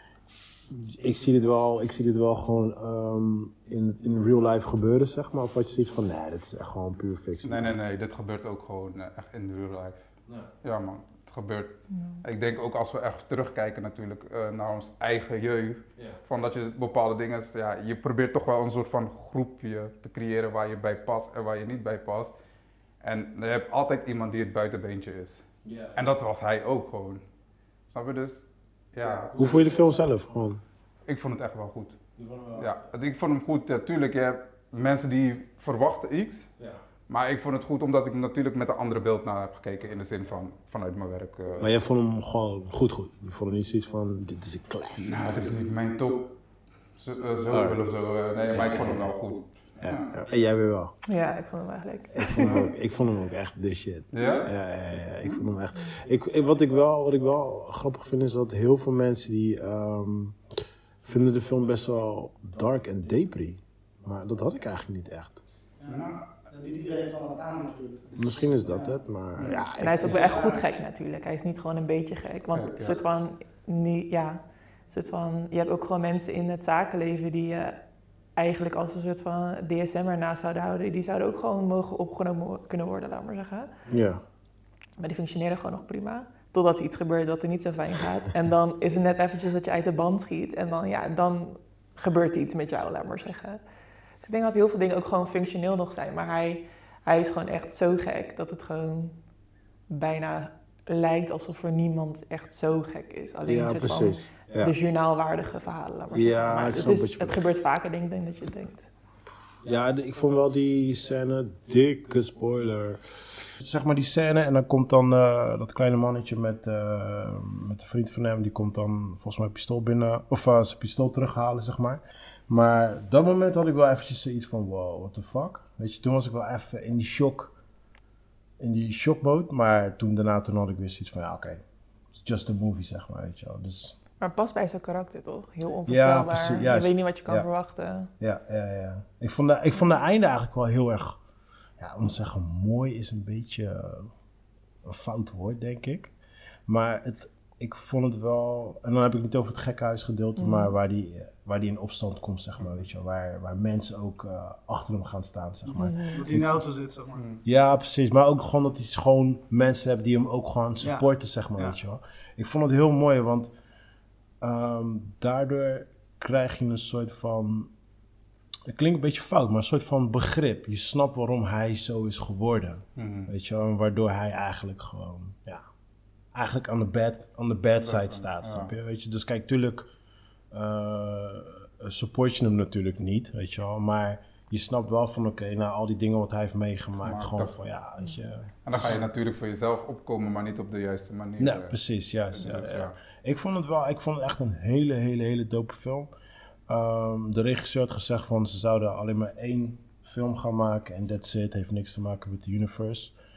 ik zie dit wel, ik zie dit wel gewoon um, in, in real life gebeuren, zeg maar. Of had je zoiets van, nee, dit is echt gewoon puur fictie. Nee, nee, nee, dit gebeurt ook gewoon uh, echt in real life. Ja man, het gebeurt. ja. Ik denk ook als we echt terugkijken natuurlijk uh, naar ons eigen jeugd, van dat je bepaalde dingen, ja, je probeert toch wel een soort van groepje te creëren waar je bij past en waar je niet bij past. En je hebt altijd iemand die het buitenbeentje is. En dat was hij ook gewoon. Snap je dus? Ja. Hoe vond je de film zelf gewoon? Ik vond het echt wel goed. Ja, het- ik vond hem goed. Ja, tuurlijk, je hebt mensen die verwachten iets. Maar ik vond het goed omdat ik natuurlijk met een andere beeld naar heb gekeken in de zin van vanuit mijn werk. eh. Maar jij vond hem gewoon goed goed. Je vond hem niet zoiets van, dit is een classic. Nou, het is niet mijn top zo, uh, zoveel of zo. uh, nee, maar ik vond hem wel goed. Ja. Ja. En jij weer wel. ja, ik vond hem eigenlijk. Ik vond hem ook, ik vond hem ook echt de shit. Ja? Ja, ja, ja, ik vond hem echt. Ik, ik- wat, ik wel, wat ik wel grappig vind is dat heel veel mensen die ehm, vinden de film best wel dark en depri. Maar dat had ik eigenlijk niet echt. Niet iedereen kan het aan natuurlijk. Misschien is dat het, maar ja. En hij is ook wel echt goed gek natuurlijk. Hij is niet gewoon een beetje gek. Want Gek, ja. een soort van, niet, ja, een soort van, je hebt ook gewoon mensen in het zakenleven die je eigenlijk als een soort van D S M ernaast zouden houden. Die zouden ook gewoon mogen opgenomen kunnen worden, laat maar zeggen. Ja. Maar die functioneren gewoon nog prima. Totdat er iets gebeurt dat er niet zo fijn gaat. En dan is het net eventjes dat je uit de band schiet. En dan, ja, dan gebeurt er iets met jou, laat maar zeggen. Dus ik denk dat heel veel dingen ook gewoon functioneel nog zijn. Maar hij, hij is gewoon echt zo gek dat het gewoon bijna lijkt alsof er niemand echt zo gek is. Alleen Ja, een soort precies. van Ja. de journaalwaardige verhalen, laat maar Ja, zeggen. Maar ik het, snap is- wat je het bedoelt. gebeurt vaker, denk ik, dat je denkt. Ja, de- ik vond wel die scène dikke spoiler. Zeg maar die scène en dan komt dan eh, dat kleine mannetje met, eh, met een vriend van hem, die komt dan volgens mij pistool binnen, of uh, zijn pistool terughalen, zeg maar. Maar dat moment had ik wel eventjes zoiets van, wow, what the fuck. Weet je, toen was ik wel even in die shock, in die shockboot, maar toen daarna toen had ik weer zoiets van, ja oké, it's just a movie, zeg maar, weet je wel. Dus Maar het past bij zijn karakter, toch? Heel onvoorspelbaar. precies, je juist. weet niet wat je kan Ja. verwachten. ja, ja, ja. Ik vond de, ik vond de einde eigenlijk wel heel erg, ja, om te zeggen, mooi is een beetje eh, een fout woord, denk ik. Maar het, ik vond het wel, en dan heb ik het niet over het gekhuisgedeelte, Mm. maar waar die, waar die in opstand komt, zeg maar, weet je wel. Waar, waar mensen ook eh, achter hem gaan staan, zeg maar. Mhm. Dat hij in de auto zit, zeg maar. Ja, precies. Maar ook gewoon dat hij gewoon mensen hebt die hem ook gewoon supporten, zeg maar, Ja. weet je wel. Ik vond het heel mooi, want ehm, daardoor krijg je een soort van, het klinkt een beetje fout, maar een soort van begrip. Je snapt waarom hij zo is geworden, Mhm. weet je wel. En waardoor hij eigenlijk gewoon, ja, eigenlijk aan de bad, on the bad side staat, ja. snap je, weet je. Dus kijk, tuurlijk eh, support je hem natuurlijk niet, weet je wel. Maar je snapt wel van, oké, nou, al die dingen wat hij heeft meegemaakt, Maar gewoon dat- van, ja, weet je. En dan ga je natuurlijk voor jezelf opkomen, maar niet op de juiste manier. Nee, eh. precies, juist. Ja, Dus, ja. ja. Ik vond het wel, ik vond het echt een hele, hele, hele dope film. Ehm, de regisseur had gezegd van ze zouden alleen maar één film gaan maken en that's it, heeft niks te maken met de universe.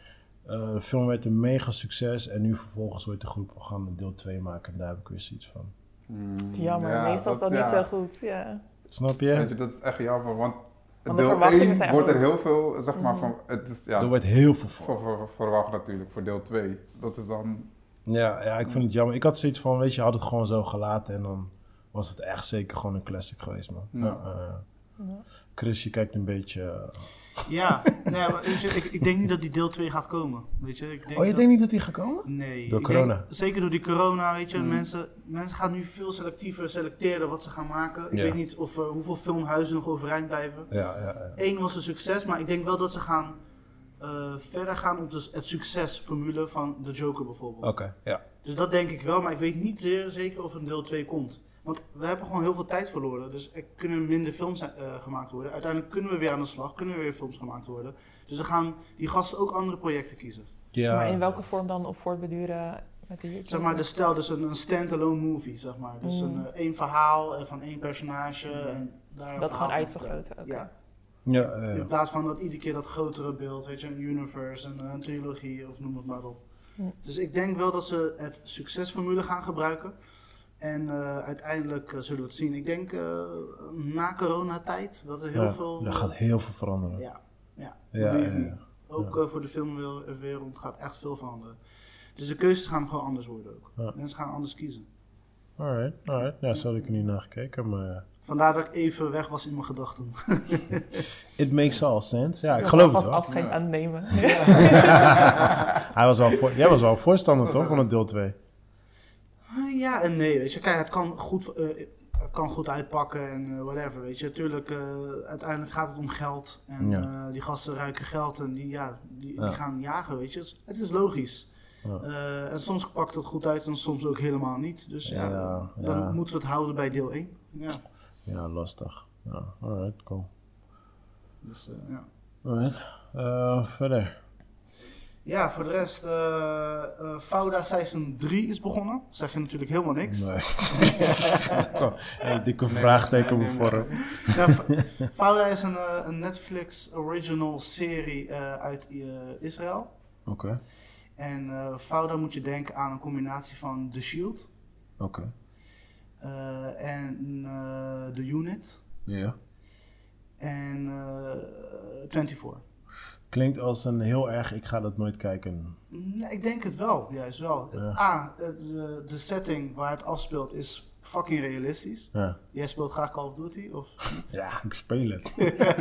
Uh, de film werd een mega succes en nu vervolgens wordt de groep, we gaan een deel twee maken en daar heb ik weer zoiets van. Mm, jammer, ja, meestal is dat, dat ja. niet zo goed. Ja. Snap je? Weet je, dat is echt jammer, want, want deel één wordt er heel veel, zeg maar, mm. van... Het is, ja, er wordt heel veel voor, voor, voor, verwacht natuurlijk, voor deel twee. Dat is dan... Ja, ja, ik vind het jammer. Ik had zoiets van, weet je, had het gewoon zo gelaten en dan was het echt zeker gewoon een classic geweest, man. Ja. Uh, uh, ja. Chris, je kijkt een beetje... Uh... Ja, nee, maar weet je, ik, ik denk niet dat die deel twee gaat komen. Weet je? Ik denk oh, je dat... denkt niet dat die gaat komen? Nee. Door ik corona? Denk, zeker door die corona, weet je. Mm. Mensen, mensen gaan nu veel selectiever selecteren wat ze gaan maken. Ik ja. weet niet of, uh, hoeveel filmhuizen nog overeind blijven. Ja, ja, ja. Eén was een succes, maar ik denk wel dat ze gaan uh, verder gaan op de, het succesformule van The Joker bijvoorbeeld. Oké, okay, ja. Dus dat denk ik wel, maar ik weet niet zeer zeker of een deel twee komt. Want we hebben gewoon heel veel tijd verloren, dus er kunnen minder films uh, gemaakt worden. Uiteindelijk kunnen we weer aan de slag, kunnen we weer films gemaakt worden. Dus dan gaan die gasten ook andere projecten kiezen. Ja. Maar in welke vorm dan op voortbeduren met de Zeg maar, de stijl, dus een, een stand-alone movie, zeg maar. Dus mm. een, uh, één verhaal uh, van één personage. Mm. En daar dat gewoon uitvergroten, oké. Ja. Ja, uh, in plaats van dat iedere keer dat grotere beeld, weet je, een universe, een, een trilogie of noem het maar op. Mm. Dus ik denk wel dat ze het succesformule gaan gebruiken. En uh, uiteindelijk uh, zullen we het zien. Ik denk uh, na coronatijd dat er heel ja, veel... Er gaat heel veel veranderen. Ja, ja. ja, ja, ja. Ook ja. Uh, voor de filmwereld gaat echt veel veranderen. Dus de keuzes gaan gewoon anders worden ook. Ja. Mensen gaan anders kiezen. Alright, alright. Ja, zo had ik er niet naar gekeken, maar... Vandaar dat ik even weg was in mijn gedachten. It makes all sense. Ja, ik was geloof het wel. afscheid ja. aan het nemen. Hij was wel voor, jij was wel voorstander toch van het deel twee? Ja en nee, weet je. Kijk, het kan goed, uh, het kan goed uitpakken en uh, whatever, weet je. Natuurlijk, uh, uiteindelijk gaat het om geld. En ja. uh, die gasten ruiken geld en die, ja, die, ja. die gaan jagen, weet je. Het is logisch. Ja. Uh, en soms pakt het goed uit en soms ook helemaal niet. Dus ja, ja dan ja. moeten we het houden bij deel één. Ja, ja lastig. Ja, alright, cool. Dus uh, ja. Alright, uh, verder. Ja, voor de rest, uh, uh, Fauda Season drie is begonnen. Zeg je natuurlijk helemaal niks. Nee. Een dikke vraagteken nee, voor hem. Ja, Fauda is een, uh, een Netflix original serie uh, uit uh, Israël. Oké. Okay. En uh, Fauda moet je denken aan een combinatie van The Shield. Oké. Okay. Uh, en uh, The Unit. Ja. Yeah. En uh, vierentwintig. Klinkt als een heel erg, ik ga dat nooit kijken. Nee, ik denk het wel, juist wel. Ja. A, de, de setting waar het afspeelt is fucking realistisch. Ja. Jij speelt graag Call of Duty, of niet? Ja, ik speel het.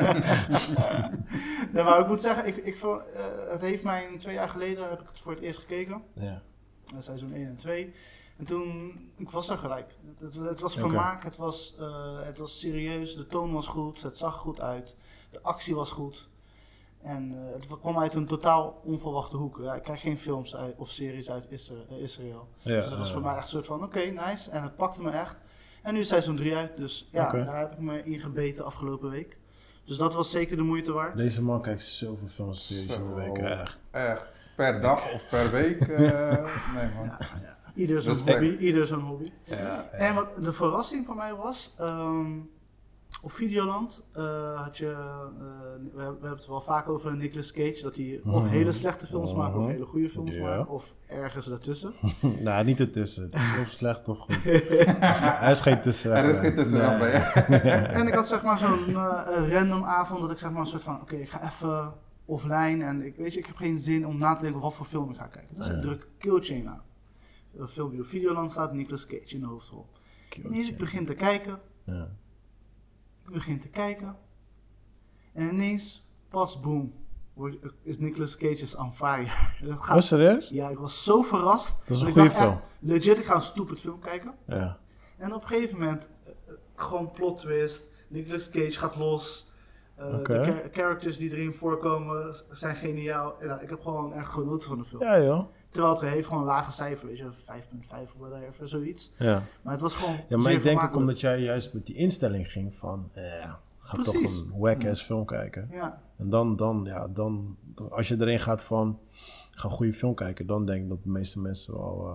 Nee, maar ik moet zeggen, ik, ik, uh, het heeft mij twee jaar geleden, heb ik het voor het eerst gekeken. Ja. Seizoen één en twee. En toen, ik was er gelijk. Het, het, het was vermaak, okay. het, was, uh, het was serieus, de toon was goed, het zag er goed uit. De actie was goed. En uh, het kwam uit een totaal onverwachte hoek. Ja, ik krijg geen films uit, of series uit Israël. Ja, dus dat was uh, voor mij echt een soort van, oké, okay, nice. En het pakte me echt. En nu is seizoen drie uit, dus ja, okay. daar heb ik me in gebeten afgelopen week. Dus dat was zeker de moeite waard. Deze man kijkt zoveel films en series in de week, echt. Echt, per dag of per week? Uh, nee man. Ja, ja. Ieder zijn hobby, ieder zijn hobby. Ja, ja. En wat de verrassing voor mij was... Um, Op Videoland uh, had je, uh, we, we hebben het wel vaak over Nicolas Cage, dat hij of hele slechte films maakt of hele goede films yeah. maakt, of ergens daartussen. Nou, niet ertussen. Het is of slecht of goed. Er is geen tussenweg. Er is geen tussenweg bij je. En ik had zeg maar zo'n uh, random avond dat ik zeg maar een soort van, oké, okay, ik ga even offline en ik weet je, ik heb geen zin om na te denken wat voor film ik ga kijken. Dus ja. ik druk Kill Chain aan. Een film die op Videoland staat, Nicolas Cage in de hoofdrol. En eerst ik begin te kijken. Ja. Ik begin te kijken en ineens, pas boom, is Nicolas Cage's on fire. Dat gaat, was serieus? Ja, ik was zo verrast. Dat is een goede film. Echt, legit, ik ga een stupid film kijken. Ja. En op een gegeven moment, uh, gewoon plot twist, Nicolas Cage gaat los. Uh, okay. De char- characters die erin voorkomen zijn geniaal. Ja, ik heb gewoon echt genoten van de film. Ja joh. Terwijl het heeft gewoon een lage cijfer, weet je, vijf komma vijf of whatever, zoiets. Ja. Maar het was gewoon Ja, maar ik denk ook omdat jij juist met die instelling ging van, eh, ga Precies. toch een wack-ass film kijken. Ja. En dan, dan, ja, dan, als je erin gaat van, ga een goede film kijken, dan denk ik dat de meeste mensen wel uh,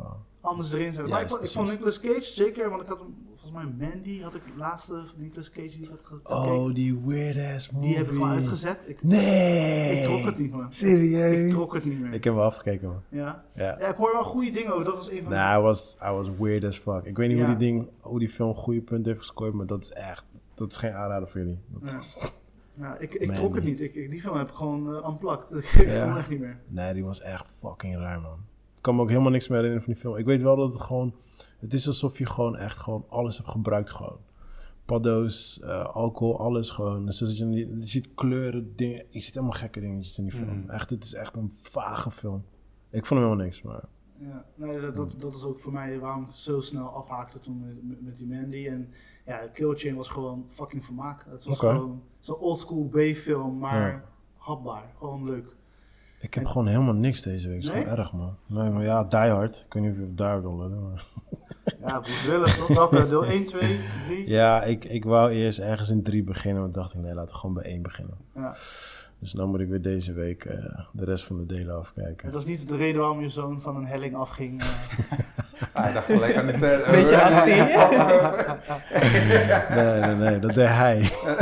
anders erin zetten. Maar Juist, ik, ik vond Nicolas Cage zeker, want ik had hem, volgens mij Mandy had ik de laatste Nicolas Cage die ik had gekeken. Oh, die weird ass movie. Die heb ik wel uitgezet. Ik, nee! Ik trok het niet meer. Serieus? Ik trok het niet meer. Ik heb hem wel afgekeken, man. Ja? Ja. Ja, ik hoor wel goede dingen over. Dat was een van Nou, hij was, hij was weird as fuck. Ik weet niet Ja. hoe die ding, hoe die film goede punten heeft gescoord, maar dat is echt, dat is geen aanrader voor jullie. Dat, Ja. Ja, ik, ik Man, trok het nee. niet. Ik, ik- die film heb ik gewoon uh, unplugged. Ik Ja. kon echt niet meer. Nee, die was echt fucking raar, man. Ik kan me ook helemaal niks meer herinneren van die film. Ik weet wel dat het gewoon, het is alsof je gewoon echt gewoon alles hebt gebruikt gewoon. Paddo's, uh, alcohol, alles gewoon. Dus je, je ziet kleuren, dingen, je ziet helemaal gekke dingetjes in die film. Mm. Echt, het is echt een vage film. Ik vond hem helemaal niks, maar... Ja, nee, dat, dat, dat is ook voor mij waarom ik zo snel afhaakte toen met, met, met die Mandy. En ja, Kill Chain was gewoon fucking vermaak. Het was Oké. gewoon zo'n oldschool B-film, maar Ja. hapbaar. Gewoon leuk. Ik heb En- gewoon helemaal niks deze week. Het is Nee? gewoon erg, man. Nee, maar ja, Die Hard. Ik weet niet of je op Die Hard wil hebben, maar... Ja, Bruce Willis, toch? Welke? Deel één, twee, drie? Ja, ik, ik wou eerst ergens in drie beginnen, maar dacht ik, nee, laten we gewoon bij één beginnen. Ja. Dus dan moet ik weer deze week uh, de rest van de delen afkijken. Dat is niet de reden waarom je zoon van een helling afging. Uh. Hij dacht gelijk aan de scène. Beetje actie. nee, nee, nee, dat deed hij.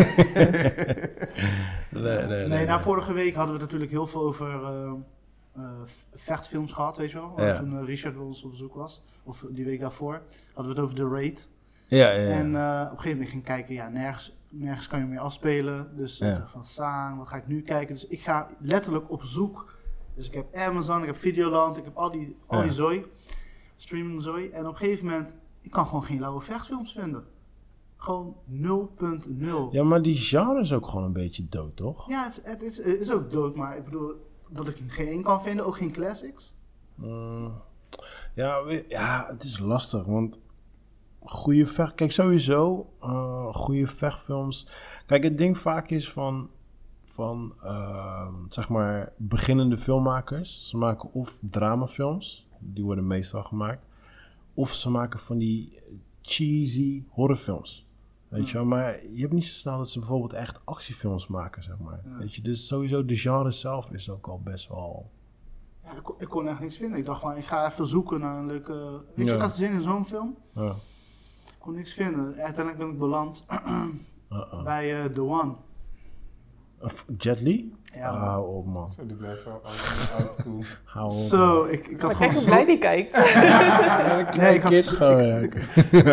nee, nee, nee. Nee, na nee. vorige week hadden we natuurlijk heel veel over uh, uh, vechtfilms gehad, weet je wel. Ja. Toen uh, Richard bij ons op bezoek was, of die week daarvoor, hadden we het over The Raid. Ja, ja, ja. En uh, op een gegeven moment ging ik kijken, ja, nergens, nergens kan je meer afspelen. Dus uh, Ja. van Saan, wat ga ik nu kijken? Dus ik ga letterlijk op zoek. Dus ik heb Amazon, ik heb Videoland, ik heb al die, al Ja. die zooi, streaming zooi. En op een gegeven moment, ik kan gewoon geen lauwe vechtfilms vinden. Gewoon nul punt nul. Ja, maar die genre is ook gewoon een beetje dood, toch? Ja, het, is- het, is, het is ook dood, maar ik bedoel dat ik geen één kan vinden, ook geen classics. Mm, ja, we- ja, het is lastig, want goede vecht... Kijk, sowieso, uh, goede vechtfilms... Kijk, het ding vaak is van, van uh, zeg maar, beginnende filmmakers. Ze maken of dramafilms, die worden meestal gemaakt, of ze maken van die cheesy horrorfilms. Weet je wel, maar je hebt niet zo snel dat ze bijvoorbeeld echt actiefilms maken, zeg maar. Ja. Weet je, dus sowieso de genre zelf is ook al best wel... Ja, ik, kon- ik kon echt niks vinden. Ik dacht van, ik ga even zoeken naar een leuke... Weet je, Ja. ik had zin in zo'n film. Ja. Ik kon niks vinden. Uiteindelijk ben ik beland Uh-uh. bij uh, The One. Of Jet Li? Ja, man. Hou op, man. Zo, die blijft wel oud- old school. Hou op. Zo, ik, ik had Maar gewoon kijk hoe zo... blij die kijkt. Nee, ik had, Kid zo- gewoon. ik,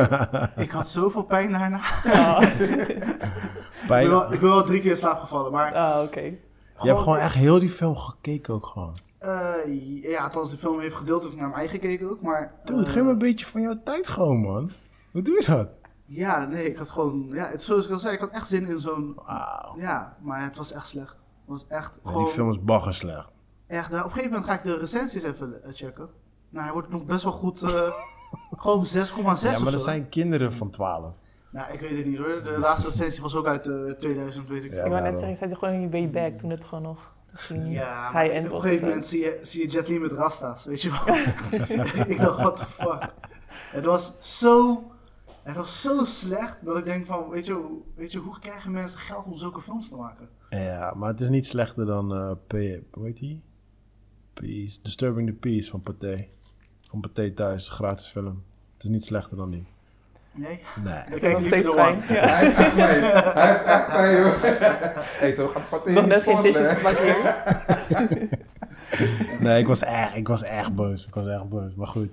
ik had zoveel pijn daarna. Oh, Ik ben, Pijn. wel, ik ben wel drie keer in slaap gevallen, maar... oh oké. Je hebt gewoon echt heel die film gekeken ook gewoon. eh, ja, althans de film heeft gedeeltelijk naar mij gekeken ook, maar... Dude, eh, geef me een beetje van jouw tijd gewoon, man. Hoe doe je dat? Ja, nee, ik had gewoon... Ja, het, zoals ik al zei, ik had echt zin in zo'n... Wauw. Ja, maar het was echt slecht. Het was echt Ja, gewoon... die film is bagger slecht. Echt, nou, op een gegeven moment ga ik de recensies even eh, checken. Nou, hij wordt nog best wel goed... eh, gewoon zes komma zes Ja, of maar dat zo. zijn kinderen van twaalf. Nou, ik weet het niet hoor. De laatste recensie was ook uit uh, tweeduizend, weet ik Ja, veel. Ik wou net daarom. zeggen, ik zei gewoon in je way back toen het gewoon nog misschien Ja, maar high-end op was. een gegeven of moment zo. zie je, zie je Jet Li met rasta's, weet je wel. Ik dacht, what the fuck. Het was zo... Het was zo slecht dat ik denk van, weet je, hoe- weet je, hoe krijgen mensen geld om zulke films te maken? Ja, maar het is niet slechter dan... uh, P, hoe heet die? Peace. Disturbing the Peace van Pathé. Van Pathé thuis, gratis film. Het is niet slechter dan die. Nee? Nee. Ik Nog kijk steeds liever fijn. The One. Ja. Hij heeft echt mee. Hij heeft echt mee, joh. Hey, zo gaat Pathé Nog niet net geen sport, tissues hè. te maken hier. Nee, ik was echt, ik was echt boos. Ik was echt boos, maar goed.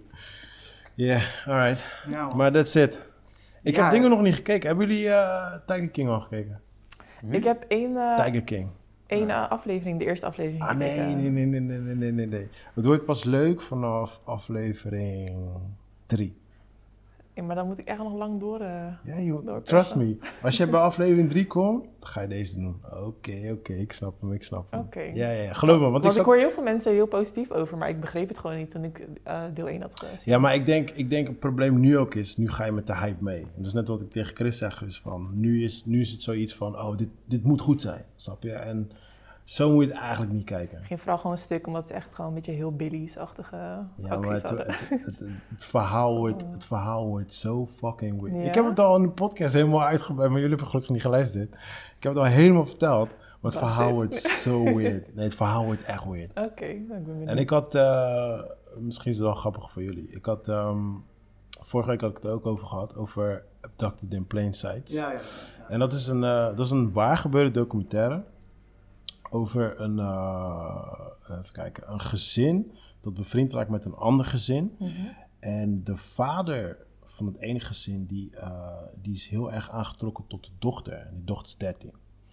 Ja, yeah, alright. Ja, man. Maar that's it. Ik Ja, heb dingen nog niet gekeken. Hebben jullie uh, Tiger King al gekeken? Ik heb één, eh, Tiger King. één eh, aflevering, de eerste aflevering. Ah, nee, gekeken. nee, nee, nee, nee, nee, nee, nee, nee. Het wordt pas leuk vanaf aflevering drie. Ja, maar dan moet ik echt nog lang door. eh, Ja, joh, Doorpraten. trust me. Als je bij aflevering drie komt, dan ga je deze doen. Oké, oké, okay, ik snap hem, ik snap hem. Oké. Ja, ja, ja, geloof me. Want, Want ik ik zat... hoor heel veel mensen heel positief over, maar ik begreep het gewoon niet toen ik eh, deel één had gezien. Ja, maar ik denk, ik denk het probleem nu ook is, nu ga je met de hype mee. Dat is net wat ik tegen Chris zeg, is van, nu is, nu is het zoiets van, oh, dit, dit moet goed zijn, snap je? En zo moet je het eigenlijk niet kijken. Ik ging vooral gewoon een stuk, omdat het echt gewoon een beetje heel Billy's-achtige Ja, acties maar het, hadden. het, het, het, het verhaal wordt, het verhaal wordt zo fucking weird. Ja? Ik heb het al in de podcast helemaal uitgebreid, maar jullie hebben gelukkig niet geluisterd. Ik heb het al helemaal verteld, maar het Wacht verhaal dit. wordt zo weird. Nee, het verhaal wordt echt weird. Oké, nou, ik ben benieuwd. En ik had, uh, misschien is het wel grappig voor jullie. Ik had, um, vorige week had ik het ook over gehad, over Abducted in Plain Sight. Ja, ja, ja, ja. En dat is een, uh, dat is een waar gebeurde documentaire over een, uh, even kijken, een gezin dat bevriend raakt met een ander gezin. Mm-hmm. En de vader van het ene gezin, die, uh, die is heel erg aangetrokken tot de dochter. En die dochter is dertien.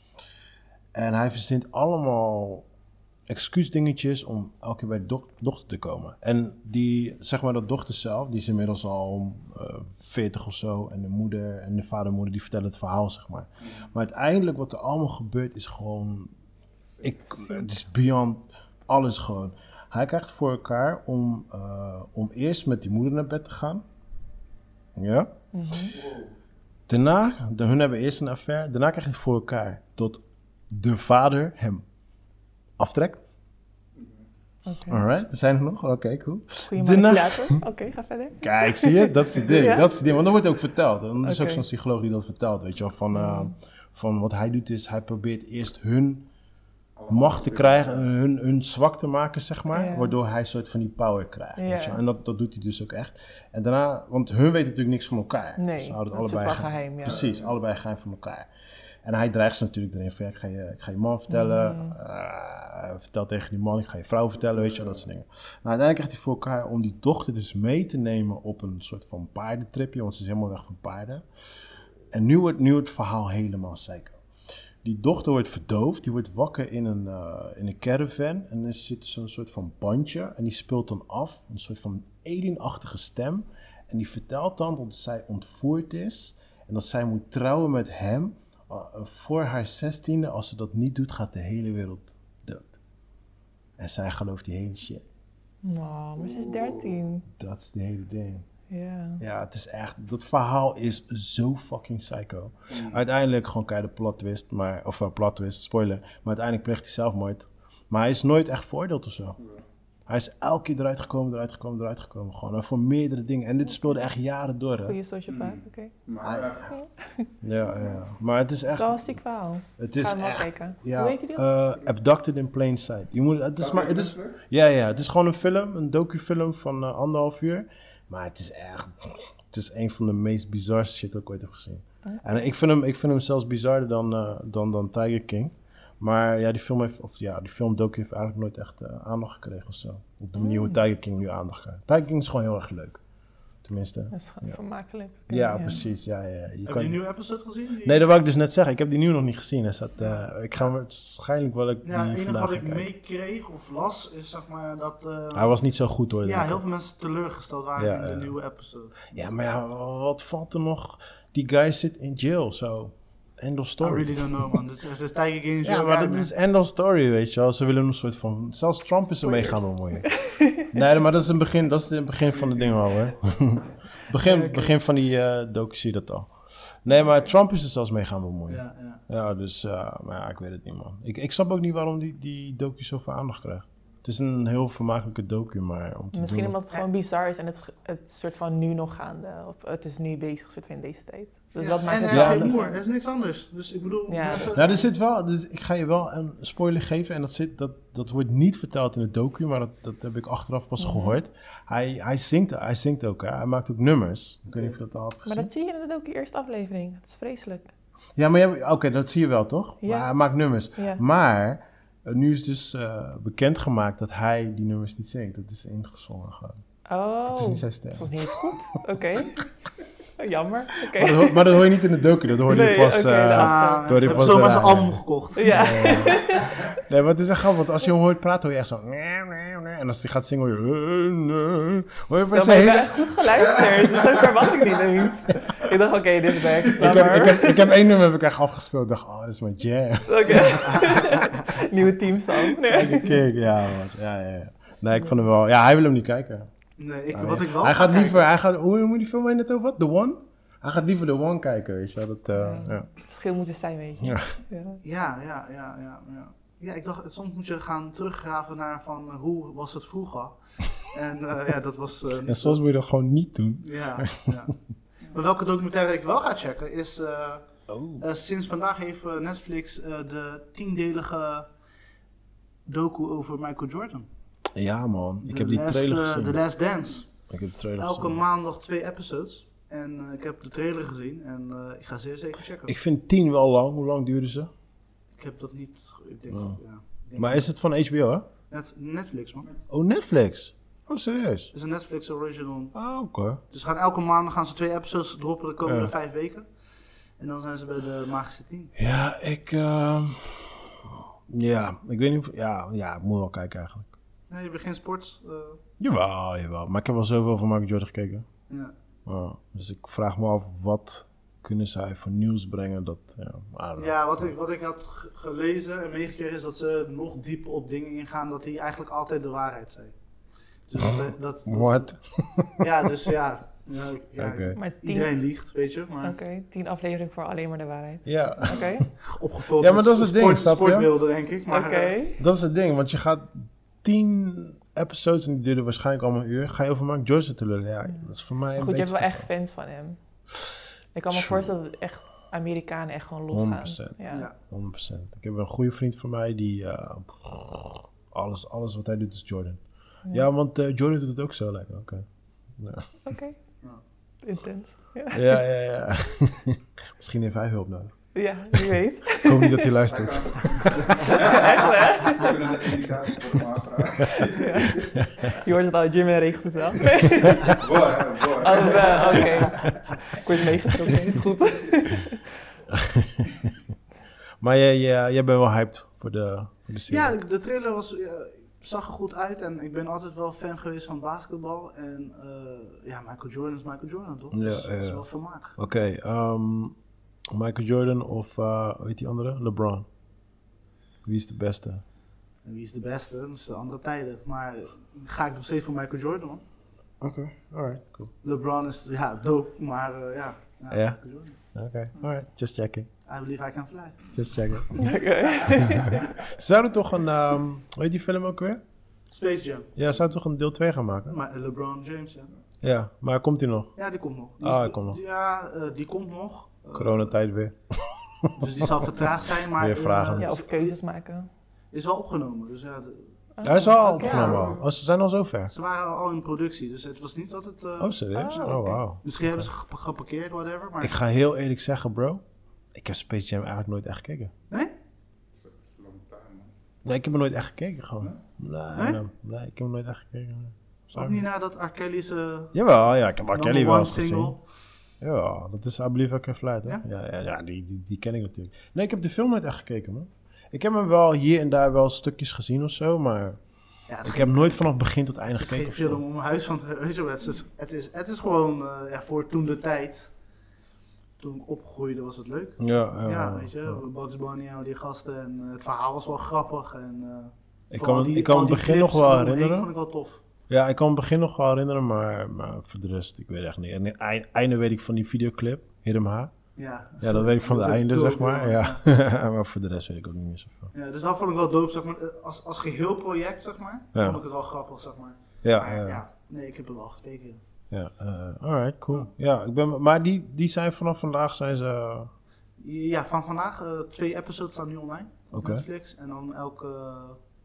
En hij verzint allemaal excuusdingetjes om elke keer bij de do- dochter te komen. En die, zeg maar, dat dochter zelf, die is inmiddels al uh, veertig of zo. En de moeder en de vader en moeder, die vertellen het verhaal, zeg maar. Maar uiteindelijk wat er allemaal gebeurt is gewoon... Ik, het is beyond alles gewoon. Hij krijgt voor elkaar om, uh, om eerst met die moeder naar bed te gaan. Ja. Mm-hmm. Daarna, de, hun hebben eerst een affaire. Daarna krijgt hij het voor elkaar tot de vader hem aftrekt. Okay. Alright, we zijn er nog. Oké, okay, cool. Goeie manipulator. Oké, okay, ga verder. Kijk, zie je? Dat is het ding. Ja? Dat is het ding. Want dan wordt ook verteld. Dan is Okay. ook zo'n psycholoog die dat vertelt. Weet je wel. Van, uh, mm. van wat hij doet is, hij probeert eerst hun macht te krijgen, hun, hun zwak te maken, zeg maar. Ja. Waardoor hij een soort van die power krijgt. Ja. Weet je wel. En dat, dat doet hij dus ook echt. En daarna, want hun weten natuurlijk niks van elkaar. Nee, Ze houden het dat is allebei wel geheim. Ja. Precies, allebei geheim van elkaar. En hij dreigt ze natuurlijk erin van, ik ga je, ik ga je man vertellen. Mm. Uh, vertelt tegen die man, ik ga je vrouw vertellen, weet je wel, dat soort dingen. Nou, uiteindelijk krijgt hij voor elkaar om die dochter dus mee te nemen op een soort van paardentripje, want ze is helemaal weg van paarden. En nu wordt, nu wordt het verhaal helemaal psycho. Die dochter wordt verdoofd, die wordt wakker in een, uh, in een caravan en er zit zo'n soort van bandje en die speelt dan af, een soort van alienachtige stem. En die vertelt dan dat zij ontvoerd is en dat zij moet trouwen met hem uh, voor haar zestiende. Als ze dat niet doet, gaat de hele wereld dood. En zij gelooft die hele shit. Nou, maar ze is dertien. Dat is de hele ding. Ja. Ja, het is echt, dat verhaal is zo fucking psycho. Mm. Uiteindelijk gewoon kei de plot twist, maar, of uh, plot twist, spoiler. Maar uiteindelijk pleegt hij zelfmoord. Maar hij is nooit echt veroordeeld of zo. Ja. Hij is elke keer eruit gekomen, eruit gekomen, eruit gekomen. Gewoon en voor meerdere dingen. En dit speelde echt jaren door. Hè? Goeie sociopaat, Mm. oké. Maar ja. ja, ja. Maar het is echt... Het is wel een ziek verhaal. Het is Ga hem wel echt... kijken. Ja, Hoe heet die dan? uh, Abducted in Plain Sight. Je moet, het is maar, het is, ja, ja, het is gewoon een film, een docufilm van uh, anderhalf uur. Maar het is echt... Het is een van de meest bizarre shit dat ik ooit heb gezien. Okay. En ik vind hem, ik vind hem zelfs bizarder dan, uh, dan, dan Tiger King. Maar ja, die film heeft... Of ja, die film docu heeft eigenlijk nooit echt uh, aandacht gekregen of zo. Op de manier hoe Tiger King nu aandacht krijgt. Tiger King is gewoon heel erg leuk. Tenminste. Dat is gewoon ja. vermakelijk. Okay, ja, ja, precies. Ja, ja. Je Heb kan... je die nieuwe episode gezien? Die... Nee, dat wou ik dus net zeggen. Ik heb die nieuwe nog niet gezien. Dus dat, uh, ik ga waarschijnlijk wel ik ja, die het enige vandaag wat ik kijken. meekreeg of las is zeg maar dat... Uh, Hij was niet zo goed hoor. Ja, heel veel mensen teleurgesteld waren ja, in de ja. nieuwe episode. Ja, maar ja, wat valt er nog? Die guy zit in jail, zo. End of story. I really don't know, man. Het is Tiger King. Ja, maar dat is end of story, weet je wel. Ze willen een soort van... Zelfs Trump is ermee gaan bemoeien. Nee, maar dat is, een begin, dat is het begin van het ding al, hoor. begin, okay. begin van die uh, docu zie je dat al. Nee, maar Trump is er zelfs mee gaan bemoeien. Ja, ja. ja dus... Uh, maar ja, ik weet het niet, man. Ik, ik snap ook niet waarom die, die docu zoveel aandacht krijgt. Het is een heel vermakelijke docu, maar om te Misschien doen... omdat het gewoon bizar is en het, het soort van nu nog gaande. Of het is nu bezig, soort van in deze tijd. Dus ja, dat maakt en het er wel is geen anders. humor, er is niks anders. Dus ik bedoel... Ja, mensen... Nou, er zit wel... Dus ik ga je wel een spoiler geven. En dat, zit, dat, dat wordt niet verteld in de docu, maar dat, dat heb ik achteraf pas mm-hmm. gehoord. Hij, hij, zingt, hij zingt ook, hè. Hij maakt ook nummers. Ik weet niet of je dat al hebt gezien. Maar dat zie je in de docu eerste aflevering. Het is vreselijk. Ja, maar oké, okay, dat zie je wel, toch? Ja. Maar hij maakt nummers. Ja. Maar... Uh, nu is dus uh, bekendgemaakt dat hij die nummers niet zingt. Dat is ingezongen gewoon. Oh, dat is niet zijn stem. Dat is niet eens goed. Oké. Okay. Jammer. Okay. Maar, dat hoor, maar dat hoor je niet in de docu. Dat hoor je nee, pas... Okay, uh, ah, door je pas zomaar zijn album gekocht. Ja. Nee, maar het is echt grappig. Want als je hem hoort praten, hoor je echt zo... En als hij gaat zingen, hoor je... Hoor je zo, maar ik ben echt goed geluisterd. Dus zo ver was ik niet eens. Ik dacht, oké, okay, dit is back. Ik heb, ik, heb, ik heb één nummer heb ik echt afgespeeld. Ik dacht, oh, dit is mijn jam. Oké. Okay. Nieuwe teamsong. Nee. Kijk, kijk, ja, man. Ja, ja, ja. Nee, ik vond hem wel... Ja, hij wil hem niet kijken. Nee, ik, ah, wat ja. ik wel Hij gaat kijken. liever... Hij gaat, hoe moet die film je net over wat? The One? Hij gaat liever The One kijken, weet je wel. Dat, uh, ja. Ja. Verschil moet er zijn, weet je. Ja. Ja, ja, ja, ja, ja. Ja, ik dacht, soms moet je gaan teruggraven naar van uh, hoe was het vroeger. En uh, ja, dat was... Uh, en soms moet je dat gewoon niet doen. Ja, ja. Maar welke documentaire ik wel ga checken is... Uh, oh. uh, sinds vandaag heeft uh, Netflix uh, de tiendelige docu over Michael Jordan. Ja man, ik The heb die Last, trailer uh, gezien. The Last Dance. Ik heb de trailer Elke gezien. maandag twee episodes. En uh, ik heb de trailer gezien en uh, ik ga zeer zeker checken. Ik vind tien wel lang. Hoe lang duurde ze? Ik heb dat niet... Ik denk, Oh. ja, ik denk Maar is het van H B O, hè? Net, Netflix, man. Oh, Netflix. Oh, serieus? Het is een Netflix original. Ah, oké. Okay. Dus gaan elke maandag gaan ze twee episodes droppen de komende Ja. vijf weken. En dan zijn ze bij de magische tien. Ja, ik... Uh... Ja, ik weet niet of... Ja, ja, ik moet wel kijken eigenlijk. Nee, je bent geen sport. Uh... Jawel, jawel. Maar ik heb wel zoveel van Michael Jordan gekeken. Ja. Oh, dus ik vraag me af, wat kunnen zij voor nieuws brengen dat... Ja, I don't know. Ja, wat ik, wat ik had g- gelezen en meegekregen is dat ze nog dieper op dingen ingaan dat hij eigenlijk altijd de waarheid zei. Dus dat, dat, What? ja, dus ja, ja, ja Oké. Maar tien, iedereen liegt, weet je. Oké, Maar okay, tien afleveringen voor alleen maar de waarheid. Ja, Oké, opgevuld Ja, maar met dat is het sport, ding, snap je? sportbeelden, denk ik. Maar, oké. eh, dat is het ding. Want je gaat tien episodes, en die duren waarschijnlijk allemaal een uur, ga je over Michael Jordan te lullen. Ja, dat is voor mij een Goed, je hebt beetje... wel echt fans van hem. Ik kan me True. voorstellen dat echt Amerikanen echt gewoon losgaan. honderd procent. Ja. ja. honderd procent. Ik heb een goede vriend van mij die... uh, alles, alles wat hij doet is Jordan. Ja, Ja. want uh, Jordan doet het ook zo lekker. Oké. Ja. Oké, Ja. intens. Ja. ja, ja, ja. Misschien heeft hij hulp nodig. Ja, wie weet. Ik hoop niet dat hij luistert. Echt, hè? We kunnen een indicatie voor hem aanvragen. Ja. Je hoort het al, Jim en regelt het wel. Boy, hè, boy. Oh, wel, oké. Ik word meegetrokken, is goed. Maar jij, jij, jij bent wel hyped voor de, voor de serie. Ja, de trailer was, ja, zag er goed uit en ik ben altijd wel fan geweest van basketbal. En uh, ja, Michael Jordan is Michael Jordan, toch? Ja, Dus dat is ja. wel vermaak. Oké, okay, um, Michael Jordan of, uh, hoe heet die andere? LeBron. Wie is de beste? En wie is de beste? Dat is de andere tijden. Maar ga ik nog steeds voor Michael Jordan, man. Oké, okay, alright, cool. LeBron is, ja, dope, maar uh, ja. ja, Ja? Michael Jordan. Oké, okay, alright, just checking. I believe I can fly. Just checking. Oké. Ze zouden toch een, um, hoe heet die film ook weer? Space Jam. Ja, ze zouden toch een deel twee gaan maken? Maar LeBron James, ja. Ja, maar komt die nog? Ja, die komt nog. Die Ah, is- hij komt nog. Ja, uh, die komt nog. Uh, Coronatijd weer. Dus die zal vertraagd zijn, maar... Weer vragen. uh, Ja, of keuzes maken. is wel opgenomen, dus ja... De, Hij is al Oké. opgenomen al. Oh, ze zijn al zover. ze waren al in productie, dus het was niet dat het... Uh, Oh, serieus? Ah, Oh, oké. wauw. misschien hebben ze gep- geparkeerd, whatever, maar... Ik ga heel eerlijk zeggen, bro. Ik heb Space Jam eigenlijk nooit echt gekeken. Nee? Nee, ik heb hem nooit echt gekeken, gewoon. Nee, Nee? nee, nee, ik heb hem nooit echt gekeken. nee. Ook Sorry. niet nadat R. Kelly's... Uh, Jawel, ja, ik heb R. number Kelly wel one eens gezien. single... Ja, dat is I Believe I Can Fly, toch? Ja? Ja, ja, ja die, die, die ken ik natuurlijk. Nee, ik heb de film nooit echt gekeken, man. Ik heb hem wel hier en daar wel stukjes gezien of zo, maar Ja, het ik is heb nooit vanaf begin tot einde Het is gekeken. geen of zo. film om een huis van te... Weet je wel, het is, het is, het is gewoon uh, ja, voor toen de tijd... Toen ik opgroeide was het leuk. Ja, ja, ja, weet je, ja. Bugs Bunny en al die gasten. En uh, het verhaal was wel grappig. En, uh, Ik vooral kan, die- ik kan al het die begin nog clips wel eromheen herinneren. vond ik wel tof. Ja, ik kan het begin nog wel herinneren, maar, maar voor de rest, ik weet echt niet. En het ei- einde weet ik van die videoclip, Hit 'em High. Ja, Ja, dat weet ik van het is ook einde, dope, zeg maar. man. Ja. Maar voor de rest weet ik ook niet meer zoveel. Ja, dus dat vond ik wel dope, zeg maar. Uh, Als, als geheel project, zeg maar. Ja. Vond ik het wel grappig, zeg maar. Ja, Maar, ja. ja, nee, ik heb er wel gekeken. ja uh, alright, cool. Ja, ik ben, maar die, die zijn vanaf vandaag zijn ze... Uh, Ja, van vandaag, uh, twee episodes staan nu online op Oké. Netflix. En dan elke, uh,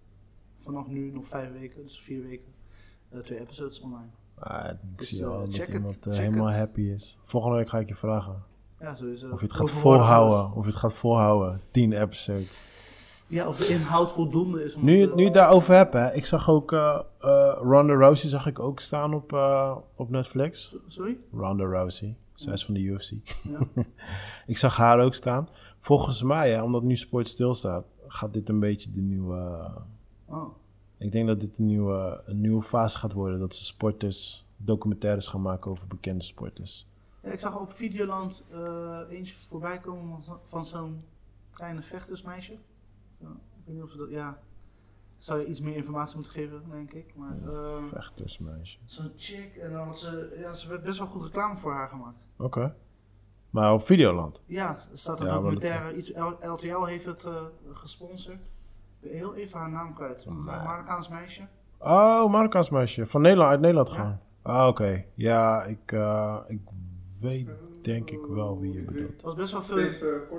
vanaf nu nog vijf weken, dus vier weken, uh, twee episodes online. ah, ik Dus, zie uh, al dat check it, iemand uh, check helemaal it. happy is. Volgende week ga ik je vragen Ja, sowieso. of je het gaat Overwoorden volhouden. alles. Of je het gaat volhouden. Tien episodes. Ja, of de inhoud voldoende is. Om Nu, te- nu je het daarover hebt, hè. Ik zag ook uh, uh, Ronda Rousey zag ik ook staan op, uh, op Netflix. Sorry? Ronda Rousey. Zij is van de U F C. Ja. Ik zag haar ook staan. Volgens mij, hè, omdat nu sport stilstaat, gaat dit een beetje de nieuwe... uh, Oh. ik denk dat dit een nieuwe, een nieuwe fase gaat worden. Dat ze sporters documentaires gaan maken over bekende sporters. Ja, ik zag op Videoland uh, eentje voorbij komen van, zo- van zo'n kleine vechtersmeisje. Zo, ik weet niet of ze dat, ja, zou je iets meer informatie moeten geven, denk ik. Maar uh, Vechtersmeisje. zo'n chick en dan had ze, ja, ze werd best wel goed reclame voor haar gemaakt. Oké. Okay. Maar op Videoland? Ja, er staat een Ja, maar dat- documentaire, iets, L T L heeft het uh, gesponsord. Ik ben heel even haar naam kwijt. Een Maar- Marokkaans meisje. Oh, Marokkaans meisje. Van Nederland, uit Nederland Ja. gaan. Ah, oké. Okay. Ja, ik, uh, ik weet denk ik wel wie je bedoelt. Er was best wel veel... Steeds uh, korter?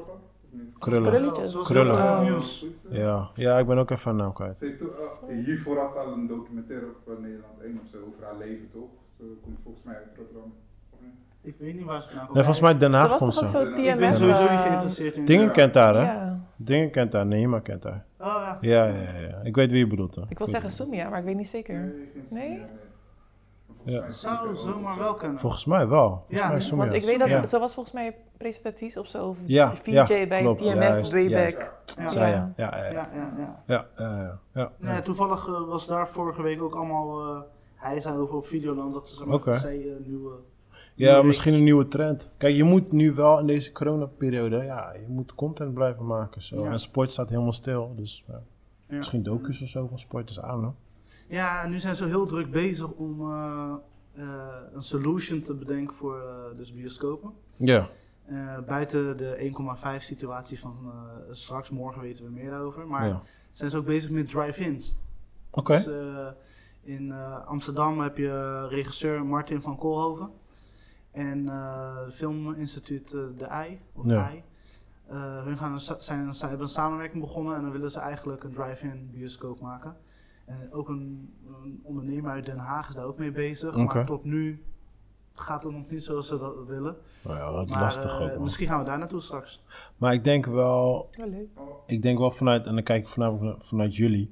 Krullen. Krulletjes. Krullen. Oh. Nieuws. Ja. ja, ik ben ook even een naam kwijt. Ze heeft toen, uh, hiervoor had ze al een documentaire op uh, Nederland één of zo over haar leven, toch? Ze komt volgens mij uit Rotterdam. Ik weet niet waar ze vandaan komt. Nee, volgens mij Den Haag Ze komt was toch ze. ook zo T M F? Ik ben sowieso niet uh, geïnteresseerd in. Dingen Ja. kent haar, hè? Ja. Dingen kent haar, Neema kent haar. Oh ja. Ja, ja, ja, ja. Ik weet wie je bedoelt, hè. Ik wil zeggen Sumia, maar ik weet niet zeker. Nee, geen zin, Nee? ja, nee. Volgens Ja. mij is Zou het zo zomaar ook wel zo. kunnen. Volgens mij wel. Volgens Ja, mij Soumya. Want ik weet dat Ja. ze was volgens mij presentatief of zo. Of Ja, V J ja, bij klopt. T M F Juist, way juist. back. Ja. Zij, Ja. ja. Ja, ja, ja. Ja, ja, ja. Ja, ja, ja, ja, ja. Ja, toevallig uh, was daar vorige week ook allemaal uh, hij zei over op Videoland dat ze zeg maar, Oké. zij uh, nieuwe. Ja, nieuwe misschien reeks. een nieuwe trend. Kijk, je moet nu wel in deze coronaperiode, ja, je moet content blijven maken. Zo. Ja. En sport staat helemaal stil, dus ja. Ja. Misschien docus of zo van sport is aan, hoor. Ja, en nu zijn ze heel druk bezig om uh, uh, een solution te bedenken voor uh, dus bioscopen. Ja. Uh, buiten de één komma vijf situatie van uh, straks, morgen weten we meer over. Maar Ja. zijn ze ook bezig met drive-ins. Oké. Dus, uh, in uh, Amsterdam heb je regisseur Martin van Koolhoven. En uh, het filminstituut uh, De Ei. Of Ja. Ei. Uh, hun gaan een, sa- zijn, ze hebben een samenwerking begonnen en dan willen ze eigenlijk een drive-in bioscoop maken. En ook een, een ondernemer uit Den Haag is daar ook mee bezig. Oké. Maar tot nu gaat het nog niet zoals ze dat willen. Nou ja, dat is Maar lastig uh, ook, man. misschien gaan we daar naartoe straks. Maar ik denk wel, Wel leuk. ik denk wel vanuit, en dan kijk ik vanavond vanuit jullie.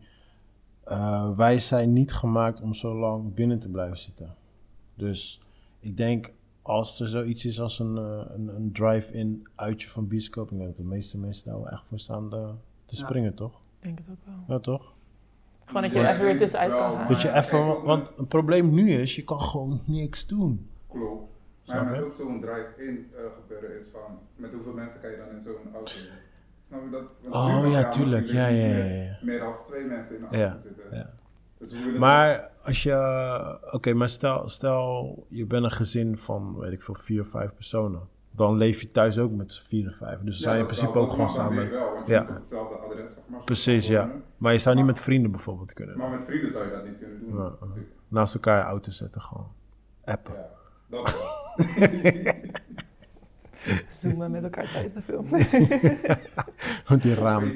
Uh, wij zijn niet gemaakt om zo lang binnen te blijven zitten. Dus ik denk, als er zoiets is als een, uh, een, een drive-in uitje van bioscoop, ik denk dat de meeste mensen daar wel echt voor staan de, te Ja. springen, toch? Ik denk het ook wel. Ja, toch? Gewoon dat je Ja, er even weer ik denk tussenuit wel, kan gaan. maar- Dat je kijk, even, ook want een probleem nu is, je kan gewoon niks doen. Klopt. Snap Maar je? met ook zo'n drive-in uh, gebeuren is van, met hoeveel mensen kan je dan in zo'n auto zitten? Snap je dat? Want Oh, nu mag ja, je tuurlijk. natuurlijk Ja, niet ja, meer- ja, ja. Meer dan twee mensen in een Ja, auto zitten. ja. Dus we willen Maar als je, oké, okay, maar stel, stel je bent een gezin van, weet ik veel, vier, vijf personen. Dan leef je thuis ook met z'n vier of vijf. Dus Ja, zou je in dat principe wel, ook dat gewoon mag dan samen. weer wel, want je Ja. moet op hetzelfde adres, zeg maar. Precies, ja. wonen. Maar je zou niet Maar- met vrienden bijvoorbeeld kunnen. Maar met vrienden zou je dat niet kunnen doen. Ja, ja. natuurlijk. Naast elkaar je auto zetten, gewoon appen. Ja, dat wel. Zoomen met elkaar tijdens de film. Met die ramen.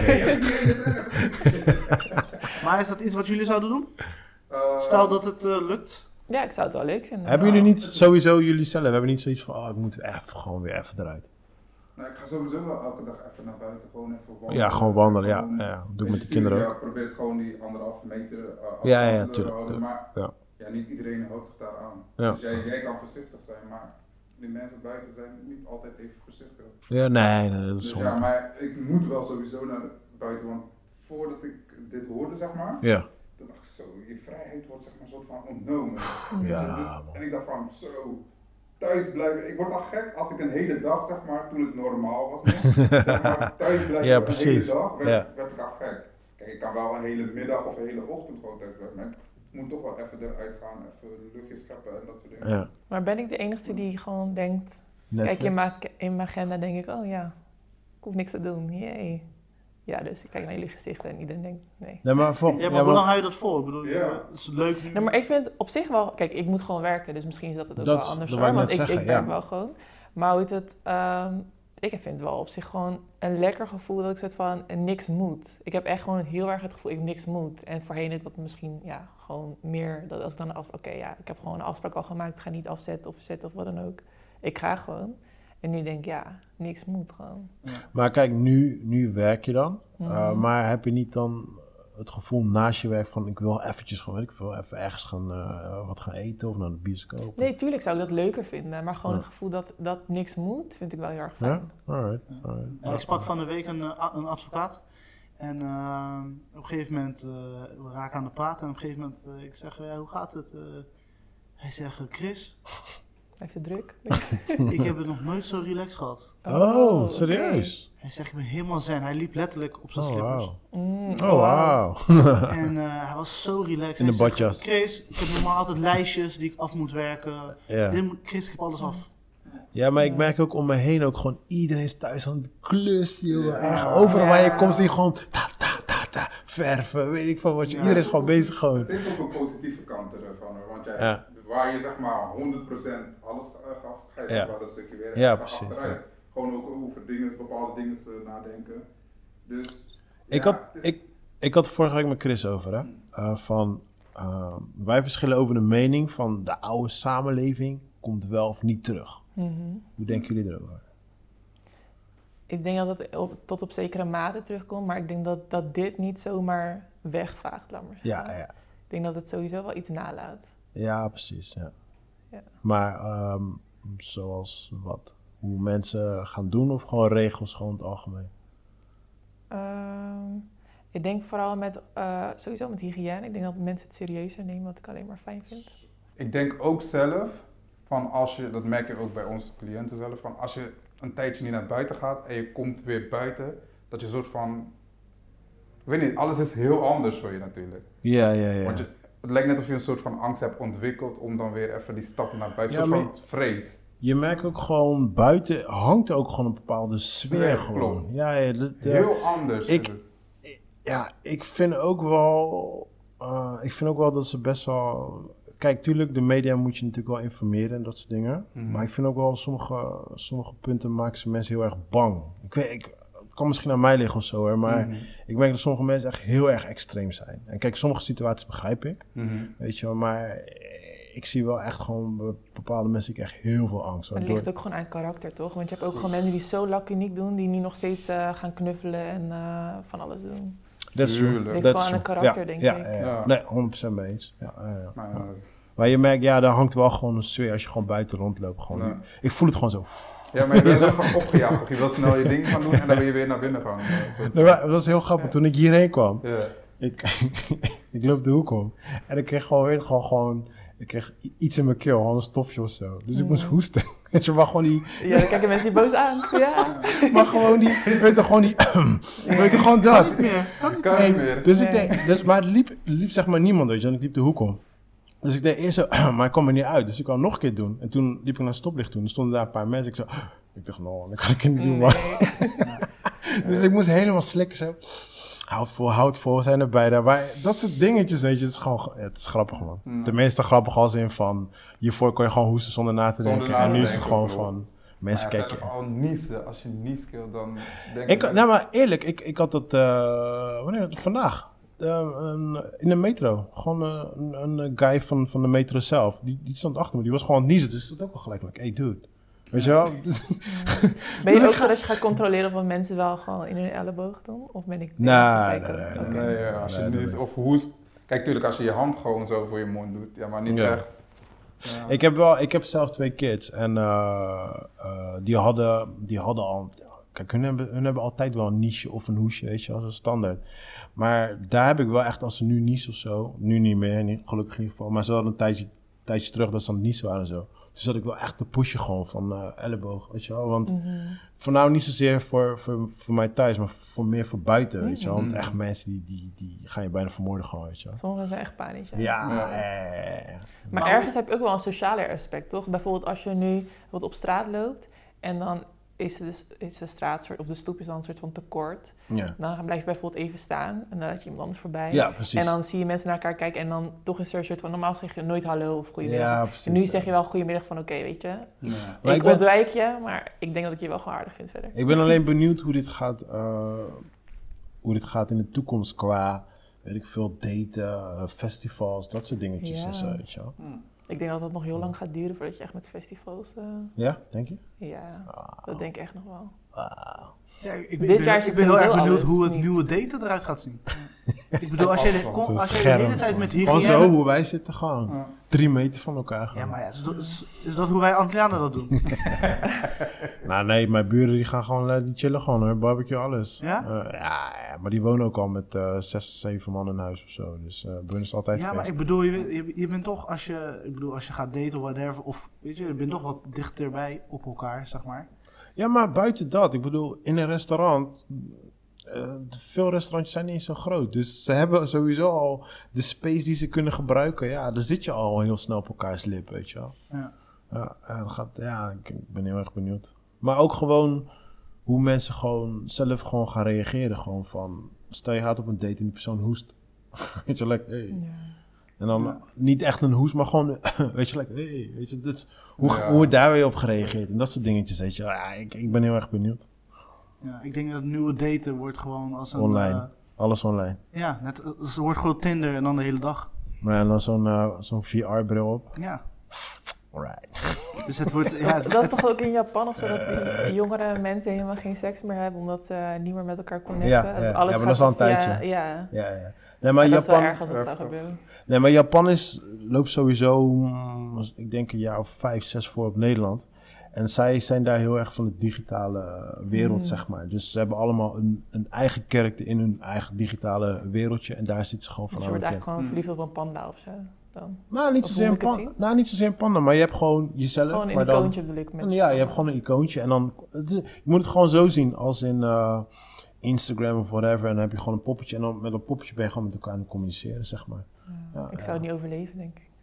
Maar is dat iets wat jullie zouden doen? Uh, Stel dat het uh, lukt. Ja, ik zou het wel leuk vinden. Hebben jullie niet, sowieso jullie zelf, hebben niet zoiets van, oh, ik moet even, gewoon weer even eruit. Nou, ik ga sowieso wel elke dag even naar buiten, gewoon even wandelen. Ja, gewoon wandelen, ja. Gewoon- ja. Doe ik met de Weet je, kinderen ja, ook. ik probeer het gewoon die anderhalve meter uh, afstand Ja, ja, te tuurlijk, houden, tuurlijk, maar ja. ja, niet iedereen houdt zich daar aan. Ja. Dus jij, jij kan voorzichtig zijn, maar die mensen buiten zijn niet altijd even voorzichtig. Ja, nee, nee, dat is Dus gewoon... ja, maar ik moet wel sowieso naar buiten, want voordat ik dit hoorde, zeg maar, Ja, toen dacht ik zo, je vrijheid wordt zeg maar een soort van ontnomen. Ja, Dus- man. en ik dacht van, zo, thuis blijven. Ik word al gek als ik een hele dag, zeg maar, toen het normaal was, nog, zeg maar, thuis blijven Ja, een precies. hele dag, werd, Ja. werd ik al gek. Kijk, ik kan wel een hele middag of een hele ochtend gewoon thuis blijven, maar ik moet toch wel even eruit gaan, even een luchtje scheppen en dat soort dingen. ja. Maar ben ik de enige die gewoon denkt... Netflix. Kijk, in mijn, in mijn agenda denk ik, oh ja, ik hoef niks te doen. Yay. Ja, dus ik kijk naar jullie gezichten en iedereen denkt, nee. Nee, maar vol, Ja, maar ja, hoe lang maar, hou je dat vol? Ik bedoel, Ja. het is leuk nu. Nou, maar ik vind het op zich wel... Kijk, ik moet gewoon werken, dus misschien is dat het ook Dat is- wel anders dat hoor. wou ik Want net ik, ik zeggen, werk ja. wel gewoon. Maar hoe heet het... ehm, ik vind het wel op zich gewoon een lekker gevoel dat ik soort van niks moet. Ik heb echt gewoon heel erg het gevoel dat ik niks moet. En voorheen het wat misschien ja, gewoon meer... Dat als ik dan af, oké, ja, ik heb gewoon een afspraak al gemaakt. Ik ga niet afzetten of verzetten of wat dan ook. Ik ga gewoon. En nu denk ik, ja, niks moet gewoon. maar kijk, nu, nu werk je dan. Mhm. Uh, maar heb je niet dan het gevoel naast je werk van, ik wil eventjes gewoon, weet ik veel, even ergens gaan, uh, wat gaan eten of naar de bioscoop? Nee, tuurlijk zou ik dat leuker vinden. Maar gewoon Ja. het gevoel dat, dat niks moet, vind ik wel heel erg Ja? fijn. Alright, alright. Ja, ik sprak van de week een, uh, een advocaat. En uh, op een gegeven moment, uh, we raken aan de praten. En op een gegeven moment, uh, ik zeg, ja, hoe gaat het? Uh, hij zegt, Chris, Hij heeft het druk. ik heb het nog nooit zo relaxed gehad. Oh, oké. serieus? Hij zegt, ik ben helemaal zen. Hij liep letterlijk op zijn Oh, slippers. wauw. Mm, Oh, wauw. En uh, hij was zo relaxed. In Hij de zegt, badjas. Chris, ik heb normaal altijd lijstjes die ik af moet werken. Ja. Dit moet- Chris, ik heb alles af. Ja, maar ik merk ook om me heen ook gewoon, iedereen is thuis aan het klussen, joh. Ja. Echt, overal waar je Ja. komt, zie je gewoon ta, ta, ta, ta, verven, weet ik van wat je. Ja. Iedereen is gewoon bezig gewoon. Het heeft ook een positieve kant ervan, hoor, want jij, Ja. waar je zeg maar honderd procent alles uh, gaf, ga je Ja. toch wel een stukje weer Ja, even precies, achteruit. gewoon ook over dingen, bepaalde dingen te nadenken. Dus, ik, ja, had, is... ik, ik had het vorige week met Chris over, hè. Uh, van, uh, wij verschillen over de mening van de oude samenleving komt wel of niet terug. Mm-hmm. Hoe denken jullie erover? Ik denk dat het op, tot op zekere mate terugkomt, maar ik denk dat, dat dit niet zomaar wegvaagt, laat maar zeggen. Ja, ja. Ik denk dat het sowieso wel iets nalaat. Ja, precies, ja. Ja. Maar um, zoals wat? Hoe mensen gaan doen of gewoon regels, gewoon in het algemeen? Um, ik denk vooral met, uh, sowieso met hygiëne. Ik denk dat mensen het serieuzer nemen, wat ik alleen maar fijn vind. Ik denk ook zelf, van als je, dat merk je ook bij onze cliënten zelf, van als je een tijdje niet naar buiten gaat en je komt weer buiten, dat je een soort van, ik weet niet, alles is heel anders voor je natuurlijk. Ja, ja, ja. Want je, het lijkt net of je een soort van angst hebt ontwikkeld om dan weer even die stap naar buiten, Ja, een maar- soort van vrees. Je merkt ook gewoon, buiten hangt ook gewoon een bepaalde sfeer Ja, gewoon. klopt. Ja, ja, dat, ja. Heel anders. Ik- is het. Ja, ik vind ook wel, uh, ik vind ook wel dat ze best wel, kijk, tuurlijk, de media moet je natuurlijk wel informeren en dat soort dingen. Mhm. Maar ik vind ook wel, sommige, sommige punten maken ze mensen heel erg bang. Ik weet, ik, het kan misschien aan mij liggen of zo, hè, maar Mhm. ik merk dat sommige mensen echt heel erg extreem zijn. En kijk, sommige situaties begrijp ik, Mhm. weet je wel, maar ik zie wel echt gewoon bij bepaalde mensen ik echt heel veel angst. Maar het waardoor- ligt ook gewoon aan karakter, toch? Want je hebt ook gewoon mensen die zo lacuniek doen, die nu nog steeds uh, gaan knuffelen en uh, van alles doen. Dat is true. Tuurlijk. Ligt Dat wel is aan het true. karakter, Ja, denk ja, ik. Ja, ja. Ja. Nee, honderd procent mee eens. Ja, ja, ja. Maar ja, Maar je merkt, ja, daar hangt wel gewoon een sfeer als je gewoon buiten rondloopt. Gewoon. Ja. Ik voel het gewoon zo. ja, maar je bent zo van opgejaagd, toch? Je wil snel je ding gaan doen en dan wil je weer naar binnen gaan. eh, soort- Nee, maar dat is heel grappig. Toen ik hierheen kwam, Ja. ik, ik loop de hoek om en ik kreeg gewoon, weet je, gewoon, gewoon ik kreeg i- iets in mijn keel, gewoon een stofje of zo. Dus ik moest Mm. hoesten. Weet je, maar gewoon die, Ja, dan kijken mensen je boos aan. Ja. maar gewoon die, weet je, gewoon die, weet je, gewoon dat. Niet meer. Kan niet Kan niet meer. Dus ik Nee. deed, dus, maar het liep, liep zeg maar niemand, weet je, en ik liep de hoek om. Dus ik deed eerst zo, maar ik kwam er niet uit, dus ik wou nog een keer doen. En toen liep ik naar het stoplicht toe, en er stonden daar een paar mensen. Ik zo, ik dacht, nou, dat kan ik niet doen, man. Dus ik moest helemaal slikken, zo. Houd vol, houd vol, zijn erbij daar. Maar dat soort dingetjes, weet je, het is gewoon, ja, het is grappig, man. Mm. Tenminste grappig als in van, hiervoor kon je gewoon hoesten zonder na te Zonder denken. na En te nu is het denken, gewoon bro. van, mensen Maar ja, kijken. zelf al niezen. Als je niest, dan denk Ik, nou maar eerlijk, ik, ik had het, uh, wanneer, vandaag, uh, een, in de metro. Gewoon uh, een, een guy van, van de metro zelf, die, die stond achter me, die was gewoon aan het niezen, dus ik stond ook wel gelijk, like, hey dude. Weet je wel? Ben je ook zo dat je gaat controleren of wat mensen wel gewoon in hun elleboog doen? Of ben ik... Nee, bezig te nee, zeiken? nee, Nee, ja, als je Nee, dat niest weet of hoest. Kijk, tuurlijk, als je je hand gewoon zo voor je mond doet. Ja, maar niet Ja. echt. Ja. Ik heb wel, ik heb zelf twee kids en uh, uh, die, hadden, die hadden al, kijk, hun hebben, hun hebben altijd wel een niche of een hoesje, weet je, als een standaard. Maar daar heb ik wel echt, als ze nu niezen of zo, nu niet meer, niet, gelukkig in ieder geval, maar ze hadden een tijdje, tijdje terug dat ze aan het niezen waren en zo. Dus dat ik wel echt te pushen gewoon van uh, elleboog, weet je wel. Want Mm-hmm. voor nou niet zozeer voor, voor, voor mij thuis, maar voor meer voor buiten, weet je wel. Want Mhm. echt mensen die, die, die gaan je bijna vermoorden gewoon, weet je wel. Sommigen zijn echt panisch. Ja. Ja, Ja. eh, Maar Maar- ergens heb je ook wel een socialer aspect, toch? Bijvoorbeeld als je nu wat op straat loopt en dan is de, is de straat soort, of de stoep is dan een soort van tekort. ja. Dan blijf je bijvoorbeeld even staan en dan laat je iemand anders voorbij. Ja, precies. En dan zie je mensen naar elkaar kijken en dan toch is er een soort van, normaal zeg je nooit hallo of goedemiddag. Ja, precies. En nu zeg je wel goedemiddag van oké, weet je. Ja. Maar ik ik ben- ontwijk je, maar ik denk dat ik je wel gewoon aardig vind verder. Ik ben alleen benieuwd hoe dit gaat, uh, hoe dit gaat in de toekomst qua, weet ik veel, daten, uh, festivals, dat soort dingetjes Ja. en zo, weet je wel. Ik denk dat het nog heel lang gaat duren voordat je echt met festivals... Uh, Ja, denk je? ja, Ah, dat denk ik echt nog wel. ah. Ja, ik, ik Dit ben, jaar ik zit ben heel erg sowieso benieuwd alles hoe het niet. nieuwe daten eruit gaat zien. Ik bedoel, als je de, Zo'n kon- als je de scherm hele tijd met Gewoon hygiëne... zo, hoe wij zitten gewoon. Ja. Drie meter van elkaar gaan. Ja, maar ja, is, dat- is, is dat hoe wij Antillianen dat doen? Nou nee, mijn buren die gaan gewoon, uh, die chillen gewoon hoor, barbecue, alles. Ja? Uh, ja, ja, maar die wonen ook al met uh, zes, zeven man in huis of zo. Dus uh, bij hun is altijd Ja, maar feest. ik bedoel, je, je, je bent toch, als je, ik bedoel, als je gaat daten of whatever, of weet je, je bent toch wat dichterbij op elkaar, zeg maar. Ja, maar buiten dat, ik bedoel, in een restaurant, uh, veel restaurantjes zijn niet eens zo groot. Dus ze hebben sowieso al de space die ze kunnen gebruiken. Ja, dan zit je al heel snel op elkaars lip, weet je wel. Ja. Ja, en dat gaat, ja, ik ben heel erg benieuwd. Maar ook gewoon hoe mensen gewoon zelf gewoon gaan reageren. Gewoon van, stel je gaat op een date en die persoon hoest. Weet je, like, hey. Ja. En dan ja. niet echt een hoes, maar gewoon, weet je, like, hey, weet je, dit, hoe, ja. hoe wordt daar weer op gereageerd? En dat soort dingetjes, weet je. Ja, ik, ik ben heel erg benieuwd. Ja, ik denk dat het nieuwe daten wordt gewoon als een... Online, uh, alles online. Ja, net, het wordt gewoon Tinder en dan de hele dag. Maar en dan zo'n, uh, zo'n V R-bril op. Ja. Alright. Dus het wordt... Ja, het, dat is toch ook in Japan of zo, dat die jongere mensen helemaal geen seks meer hebben, omdat ze niet meer met elkaar connecten. Ja, ja. Alles ja maar dat is al een via, tijdje. Ja, ja, ja. Nee, maar ja, Japan, dat is wel erg als het zou gebeuren. Nee, maar Japan is, loopt sowieso, ik denk een jaar of vijf, zes voor op Nederland. En zij zijn daar heel erg van de digitale wereld, mm. zeg maar. Dus ze hebben allemaal een, een eigen karakter in hun eigen digitale wereldje. En daar zitten ze gewoon van. Dus je wordt eigenlijk gewoon verliefd op een panda of zo? Dan. Nou, niet zozeer een panda, nou, niet zozeer een panda, maar je hebt gewoon jezelf. Gewoon een maar icoontje dan, bedoel ik. Met en, ja, je hebt gewoon een icoontje. En dan, het is, je moet het gewoon zo zien als in uh, Instagram of whatever. En dan heb je gewoon een poppetje. En dan met een poppetje ben je gewoon met elkaar aan het communiceren, zeg maar. Ja, ja, ik zou ja. het niet overleven, denk ik.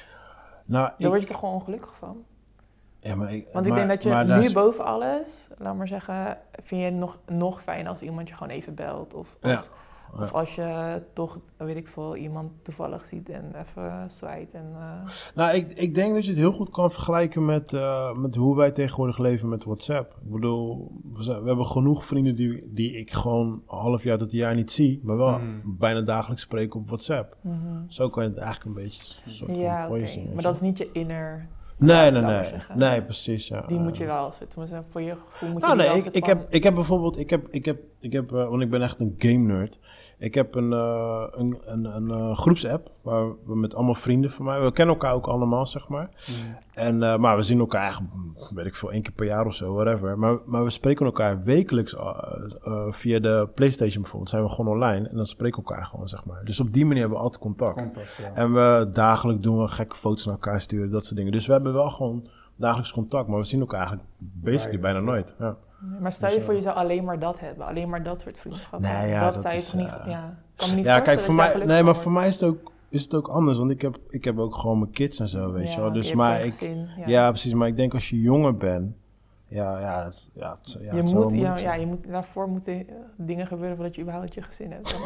Nou, Daar ik, word je toch gewoon ongelukkig van? Ja, maar ik, Want ik maar, denk dat je nu is... boven alles, laat maar zeggen, vind je het nog, nog fijn als iemand je gewoon even belt. Of als, ja. Ja. Of als je toch, weet ik veel, iemand toevallig ziet en even zwaait. En, uh... Nou, ik, ik denk dat je het heel goed kan vergelijken met, uh, met hoe wij tegenwoordig leven met WhatsApp. Ik bedoel, we, zijn, we hebben genoeg vrienden die, die ik gewoon een half jaar tot een jaar niet zie, maar wel mm. bijna dagelijks spreken op WhatsApp. Mm-hmm. Zo kan je het eigenlijk een beetje een soort van ja, voor je okay. zien. Maar dat is niet je inner... Nee, nee, nee. Nee, precies, ja. Die moet je wel zetten. Voor je gevoel moet je nou, die nee, wel ik, ik, heb, ik heb bijvoorbeeld, ik heb, ik heb, ik heb, uh, want ik ben echt een game nerd. Ik heb een, uh, een, een, een uh, groepsapp waar we met allemaal vrienden van mij, we kennen elkaar ook allemaal, zeg maar. Mm. En, uh, maar we zien elkaar eigenlijk, weet ik veel, één keer per jaar of zo, whatever. Maar, maar we spreken elkaar wekelijks uh, uh, via de PlayStation bijvoorbeeld. Zijn we gewoon online en dan spreken we elkaar gewoon, zeg maar. Dus op die manier hebben we altijd contact. contact ja. En we dagelijks doen we gekke foto's naar elkaar sturen, dat soort dingen. Dus we hebben wel gewoon dagelijks contact, maar we zien elkaar eigenlijk basically bijna nooit. Ja. Nee, maar stel je dus, voor, je zou alleen maar dat hebben, alleen maar dat soort vriendschappen. Nee, ja, dat, dat zou je is, toch niet, uh, ja, kan me niet ja, kijk, voor mij, nee, maar wordt. voor mij is het ook, is het ook anders, want ik heb, ik heb ook gewoon mijn kids en zo, weet ja, je wel. Dus, maar ik, gezin, ja. ja, precies, maar ik denk als je jonger bent, ja, ja, het, ja, het, ja, je het moet, ja, ja, je moet, daarvoor moeten dingen gebeuren voordat je überhaupt je gezin hebt.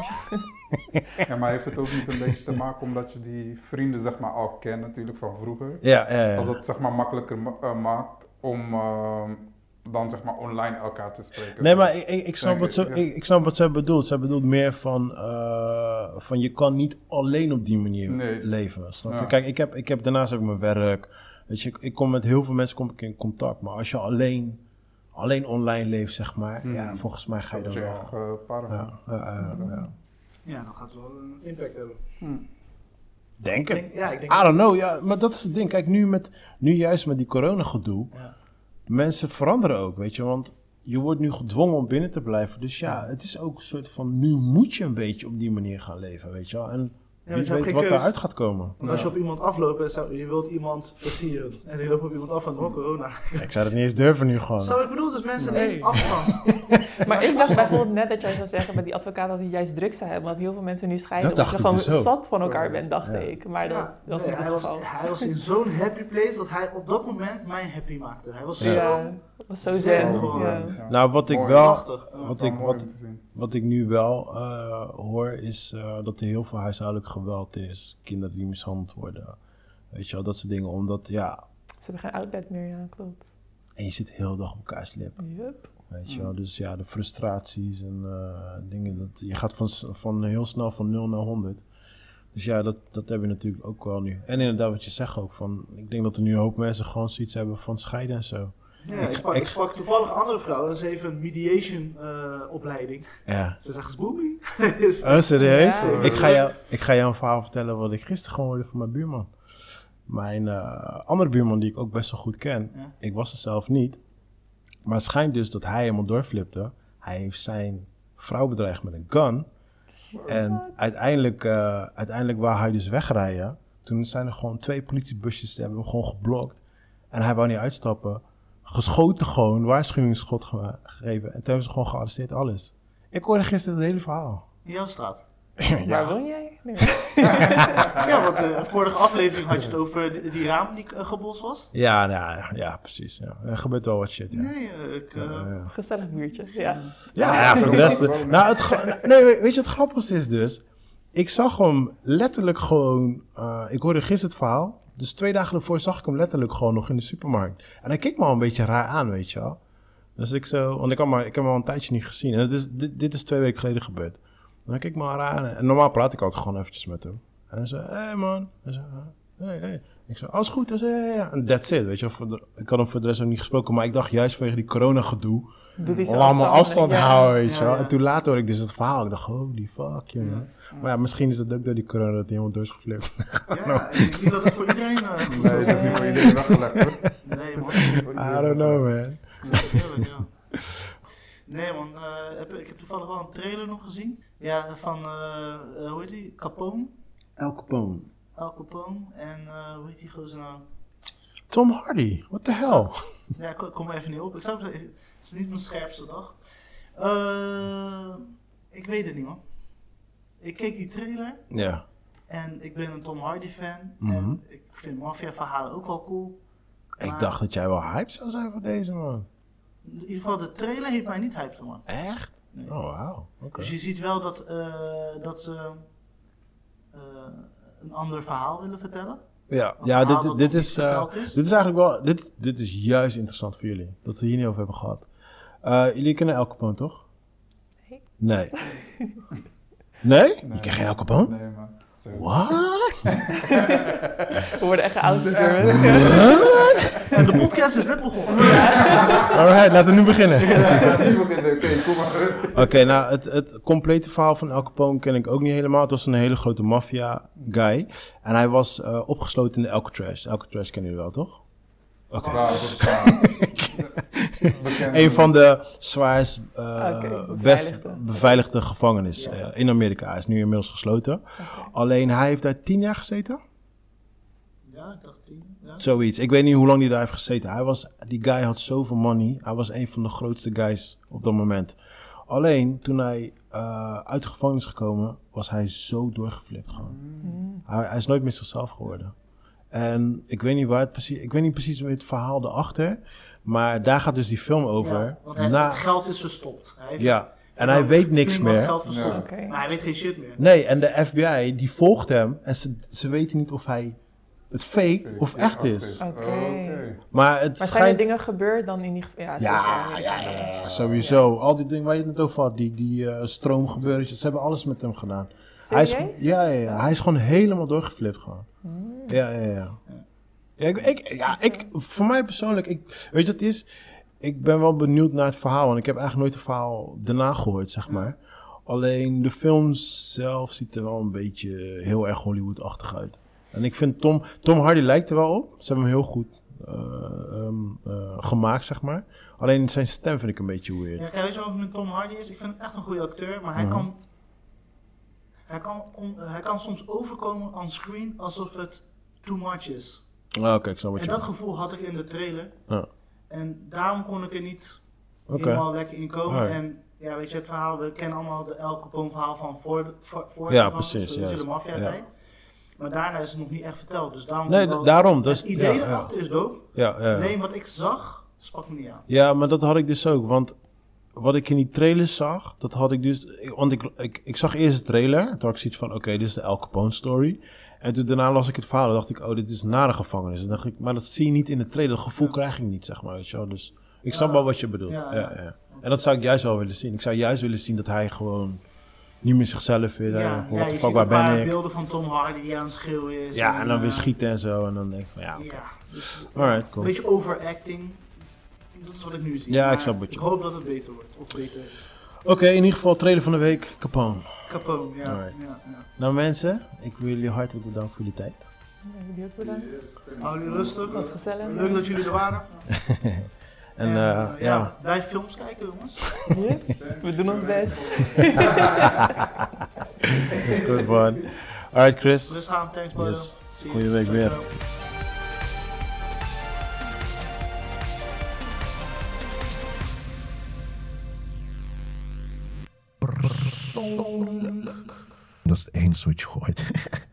Ja, maar heeft het ook niet een beetje te maken omdat je die vrienden, zeg maar, al kent natuurlijk van vroeger? Ja, ja, ja. Dat het, zeg maar, makkelijker ma- uh, maakt om... Uh, dan zeg maar online elkaar te spreken. Nee, maar ik, ik, ik, snap, wat ze, ja. ik, ik snap wat zij bedoelt. Zij bedoelt meer van, uh, van je kan niet alleen op die manier nee. leven. Snap je? Ja. Kijk, ik heb, ik heb daarnaast ook mijn werk. Weet je, ik, ik kom met heel veel mensen kom ik in contact. Maar als je alleen, alleen online leeft, zeg maar, hmm. ja, volgens mij ga je dan wel. Echt, uh, ja, ja, ja, ja. ja, dan gaat het wel een impact hebben. Hmm. Denken? Ik denk, ja, ik denk I don't know, ja, maar dat is het ding. Kijk, nu, met, nu juist met die corona-gedoe. Ja. Mensen veranderen ook, weet je, want je wordt nu gedwongen om binnen te blijven. Dus ja, het is ook een soort van, nu moet je een beetje op die manier gaan leven, weet je wel. En ja, wie weet wat daaruit gaat komen. Want als je op iemand afloopt en je wilt iemand versieren en je loopt op iemand af van oh, corona. Ik zou het niet eens durven nu gewoon. Zou ik bedoel, dus mensen nee. nemen afstand. Maar ik dacht bijvoorbeeld net dat jij zou zeggen met die advocaat dat hij juist druk zou hebben. Want heel veel mensen nu scheiden omdat je gewoon dus zat van elkaar bent, dacht ja. ik. Maar dat, ja, dat was nee, niet hij, het was, geval. hij was in zo'n happy place dat hij op dat moment mij happy maakte. Hij was ja. zo... Dat was zo zen. Ja. Ja. Nou, wat ik mooi. wel... Prachtig. Wat ik, wat, wat ik nu wel uh, hoor is uh, dat er heel veel huishoudelijk geweld is. Kinderen die mishandeld worden. Weet je wel, dat soort dingen. Omdat, ja... Ze hebben geen outlet meer, ja, klopt. En je zit heel dag op elkaars lip. Yep. Weet je wel, dus ja, de frustraties en uh, dingen. Dat, je gaat van, van heel snel van nul naar honderd. Dus ja, dat, dat heb je natuurlijk ook wel nu. En inderdaad wat je zegt ook. Van, ik denk dat er nu een hoop mensen gewoon zoiets hebben van scheiden en zo. Ja, ik, sprak, ik, ik sprak toevallig een andere vrouw en ze heeft een mediation uh, opleiding. Ja. Ze zegt boomie. Oh, serieus? Ja. Ik, ga jou, ik ga jou een verhaal vertellen wat ik gisteren gewoon hoorde van mijn buurman. Mijn uh, andere buurman die ik ook best wel goed ken. Ja. Ik was er zelf niet. Maar het schijnt dus dat hij helemaal doorflipte. Hij heeft zijn vrouw bedreigd met een gun. En uiteindelijk, uh, uiteindelijk wou hij dus wegrijden. Toen zijn er gewoon twee politiebusjes, die hebben hem gewoon geblokt. En hij wou niet uitstappen. Geschoten gewoon, waarschuwingsschot ge- gegeven. En toen hebben ze gewoon gearresteerd, alles. Ik hoorde gisteren het hele verhaal. In jouw straat? Ja. Waar woon jij? Nee. Ja, want de uh, vorige aflevering had je het over die, die raam die uh, gebotst was. Ja, nou, ja, ja, precies. Ja. Er gebeurt wel wat shit, ja. Nee, uh, ik... Uh... Uh, uh. Gezellig buurtje, ja. Ja, ja, voor de rest... nou, het, nee, weet je, het grappigste is dus... ik zag hem letterlijk gewoon... Uh, ik hoorde gisteren het verhaal. Dus twee dagen ervoor zag ik hem letterlijk gewoon nog in de supermarkt. En hij keek me al een beetje raar aan, weet je wel. Dus ik zo... Want ik, had maar, ik heb hem al een tijdje niet gezien. En het is, dit, dit is twee weken geleden gebeurd. En hij keek me al raar aan. En normaal praat ik altijd gewoon eventjes met hem. En hij zei, hey man. Hij zei, hey, hey. Ik zei, alles goed? Hij zei, ja, ja. En that's it, weet je. Ik had hem voor de rest ook niet gesproken. Maar ik dacht juist vanwege die corona gedoe. Laat me afstand ja. houden, weet je wel. Ja, ja. En toen later hoorde ik dus het verhaal. Ik dacht, holy fuck, jongen. Ja. Ja. Maar ja, misschien is het ook door die corona dat hij helemaal door is geflipt. Ja, ik denk niet dat het voor iedereen uh, goed nee, dat is niet voor iedereen weggelegd, hoor. Nee, man. I don't know, man. Heerlijk, ja. Nee, man. Uh, heb, ik heb toevallig wel een trailer nog gezien. Ja, van, uh, uh, hoe heet die? Capone. Al Capone. Al Capone. En uh, hoe heet die gozer nou? Tom Hardy, what the hell? Ja, ik kom er even niet op. Ik zou zeggen, het is niet mijn scherpste dag. Uh, ik weet het niet, man. Ik keek die trailer. Ja. En ik ben een Tom Hardy fan. Mm-hmm. En ik vind maffia verhalen ook wel cool. Ik dacht dat jij wel hyped zou zijn voor deze, man. In ieder geval, de trailer heeft mij niet hyped, man. Echt? Nee. Oh, wauw. Oké. Okay. Dus je ziet wel dat, uh, dat ze uh, een ander verhaal willen vertellen. Ja, ja dit, dit, dit, is, uh, is. dit is eigenlijk wel... Dit, dit is juist interessant voor jullie. Dat we hier niet over hebben gehad. Uh, jullie kennen Al Capone, toch? Nee. Nee. Nee? Nee, je kent geen Al Capone? Nee, man. What? We worden echt oud natuurlijk. En de podcast is net begonnen. Alright, laten we nu beginnen. Ja, nu beginnen. Oké, kom maar. Oké, okay, nou, het, het complete verhaal van Al Capone ken ik ook niet helemaal. Het was een hele grote maffia-guy. En hij was uh, opgesloten in de Alcatraz. Alcatraz kennen jullie wel, toch? Oké. Okay. Een van de zwaarst, uh, okay, best beveiligde gevangenissen ja. uh, in Amerika. Hij is nu inmiddels gesloten. Okay. Alleen hij heeft daar tien jaar gezeten. Ja, ik dacht tien. Ja. Zoiets. Ik weet niet hoe lang hij daar heeft gezeten. Hij was, die guy had zoveel money. Hij was een van de grootste guys op dat moment. Alleen toen hij uh, uit de gevangenis gekomen, was hij zo doorgeflipt gewoon. Mm. Hij, hij is nooit meer zichzelf geworden. En ik weet niet waar het precies, ik weet niet precies het verhaal erachter, maar daar gaat dus die film over. Ja, want hij, Na, het geld is verstopt. Hij heeft, ja, en hij weet niks meer. Geld verstopt, ja. Okay. Maar hij weet geen shit meer. Nee, en de F B I die volgt hem en ze, ze weten niet of hij het fake of echt is. Oké. Okay. Okay. Maar het maar schijnt... zijn er dingen gebeurd dan in die... Ja, ja, ja, ja, ja, sowieso. Ja. Al die dingen waar je het over had, die, die uh, stroomgebeurtjes, ze hebben alles met hem gedaan. Hij is, ja, ja, ja, hij is gewoon helemaal doorgeflipt gewoon. Hmm. Ja, ja, ja. Ja, ik, ik, ja ik, voor mij persoonlijk, ik, weet je wat het is? Ik ben wel benieuwd naar het verhaal, want ik heb eigenlijk nooit het verhaal daarna gehoord, zeg maar. Alleen de film zelf ziet er wel een beetje heel erg Hollywood-achtig uit. En ik vind Tom, Tom Hardy lijkt er wel op. Ze hebben hem heel goed uh, um, uh, gemaakt, zeg maar. Alleen zijn stem vind ik een beetje weird. Ja, kijk, weet je wat met Tom Hardy is? Ik vind hem echt een goede acteur, maar hij uh-huh. kan... Hij kan, on, uh, hij kan soms overkomen on screen alsof het too much is. Ah, oké, okay, ik snap wat en je dat gevoel had ik in de trailer. Ja. En daarom kon ik er niet okay. helemaal lekker in komen. Right. En ja, weet je, het verhaal, we kennen allemaal de Al Capone verhaal van voor de, voor, voor ja, de precies, dus ja, de maffia-tijd. Ja. Maar daarna is het nog niet echt verteld. Dus daarom nee, wel, daarom. Dus, het idee ja, erachter ja. is dope. Ja, ja, ja. Alleen wat ik zag, sprak me niet aan. Ja, maar dat had ik dus ook. Want wat ik in die trailers zag, dat had ik dus... Want ik, ik, ik zag eerst de trailer. Toen had ik zoiets van, oké, okay, dit is de Al Capone story. En toen daarna las ik het verhaal. En dacht ik, oh, dit is na de gevangenis. En dacht ik, maar dat zie je niet in de trailer. Dat gevoel ja. krijg ik niet, zeg maar. Weet je wel. Dus ik snap ja. wel wat je bedoelt. Ja, ja. Ja, ja. En dat zou ik juist wel willen zien. Ik zou juist willen zien dat hij gewoon niet meer zichzelf is. Ja, van, ja, wat je fuck, ziet waar ben ik? beelden van Tom Hardy die aan het schreeuwen is. Ja, en, en dan uh, weer schieten en zo. En dan denk ik van, ja, okay. ja dus, Alright, cool. Een beetje overacting. Dat is wat ik nu zie. Ja, maar ik snap wat je Ik hoop dat het beter wordt. Of beter is. Oké, okay, in ieder geval trailer van de week, Capone. Capone, ja. Alright. ja, ja. Nou mensen, ik wil jullie hartelijk bedanken voor jullie tijd. Ja, bedankt. Hou jullie rustig. Wat gezellig. Leuk dat jullie er waren. En, en uh, ja, ja, blijf films kijken, jongens. Ja, we doen ons best. Dat is goed, man. Alright, Chris. Rustig aan, thanks, bro. Yes. Goeie week weer. Persoonlijk. Dat is het enige wat je gooit.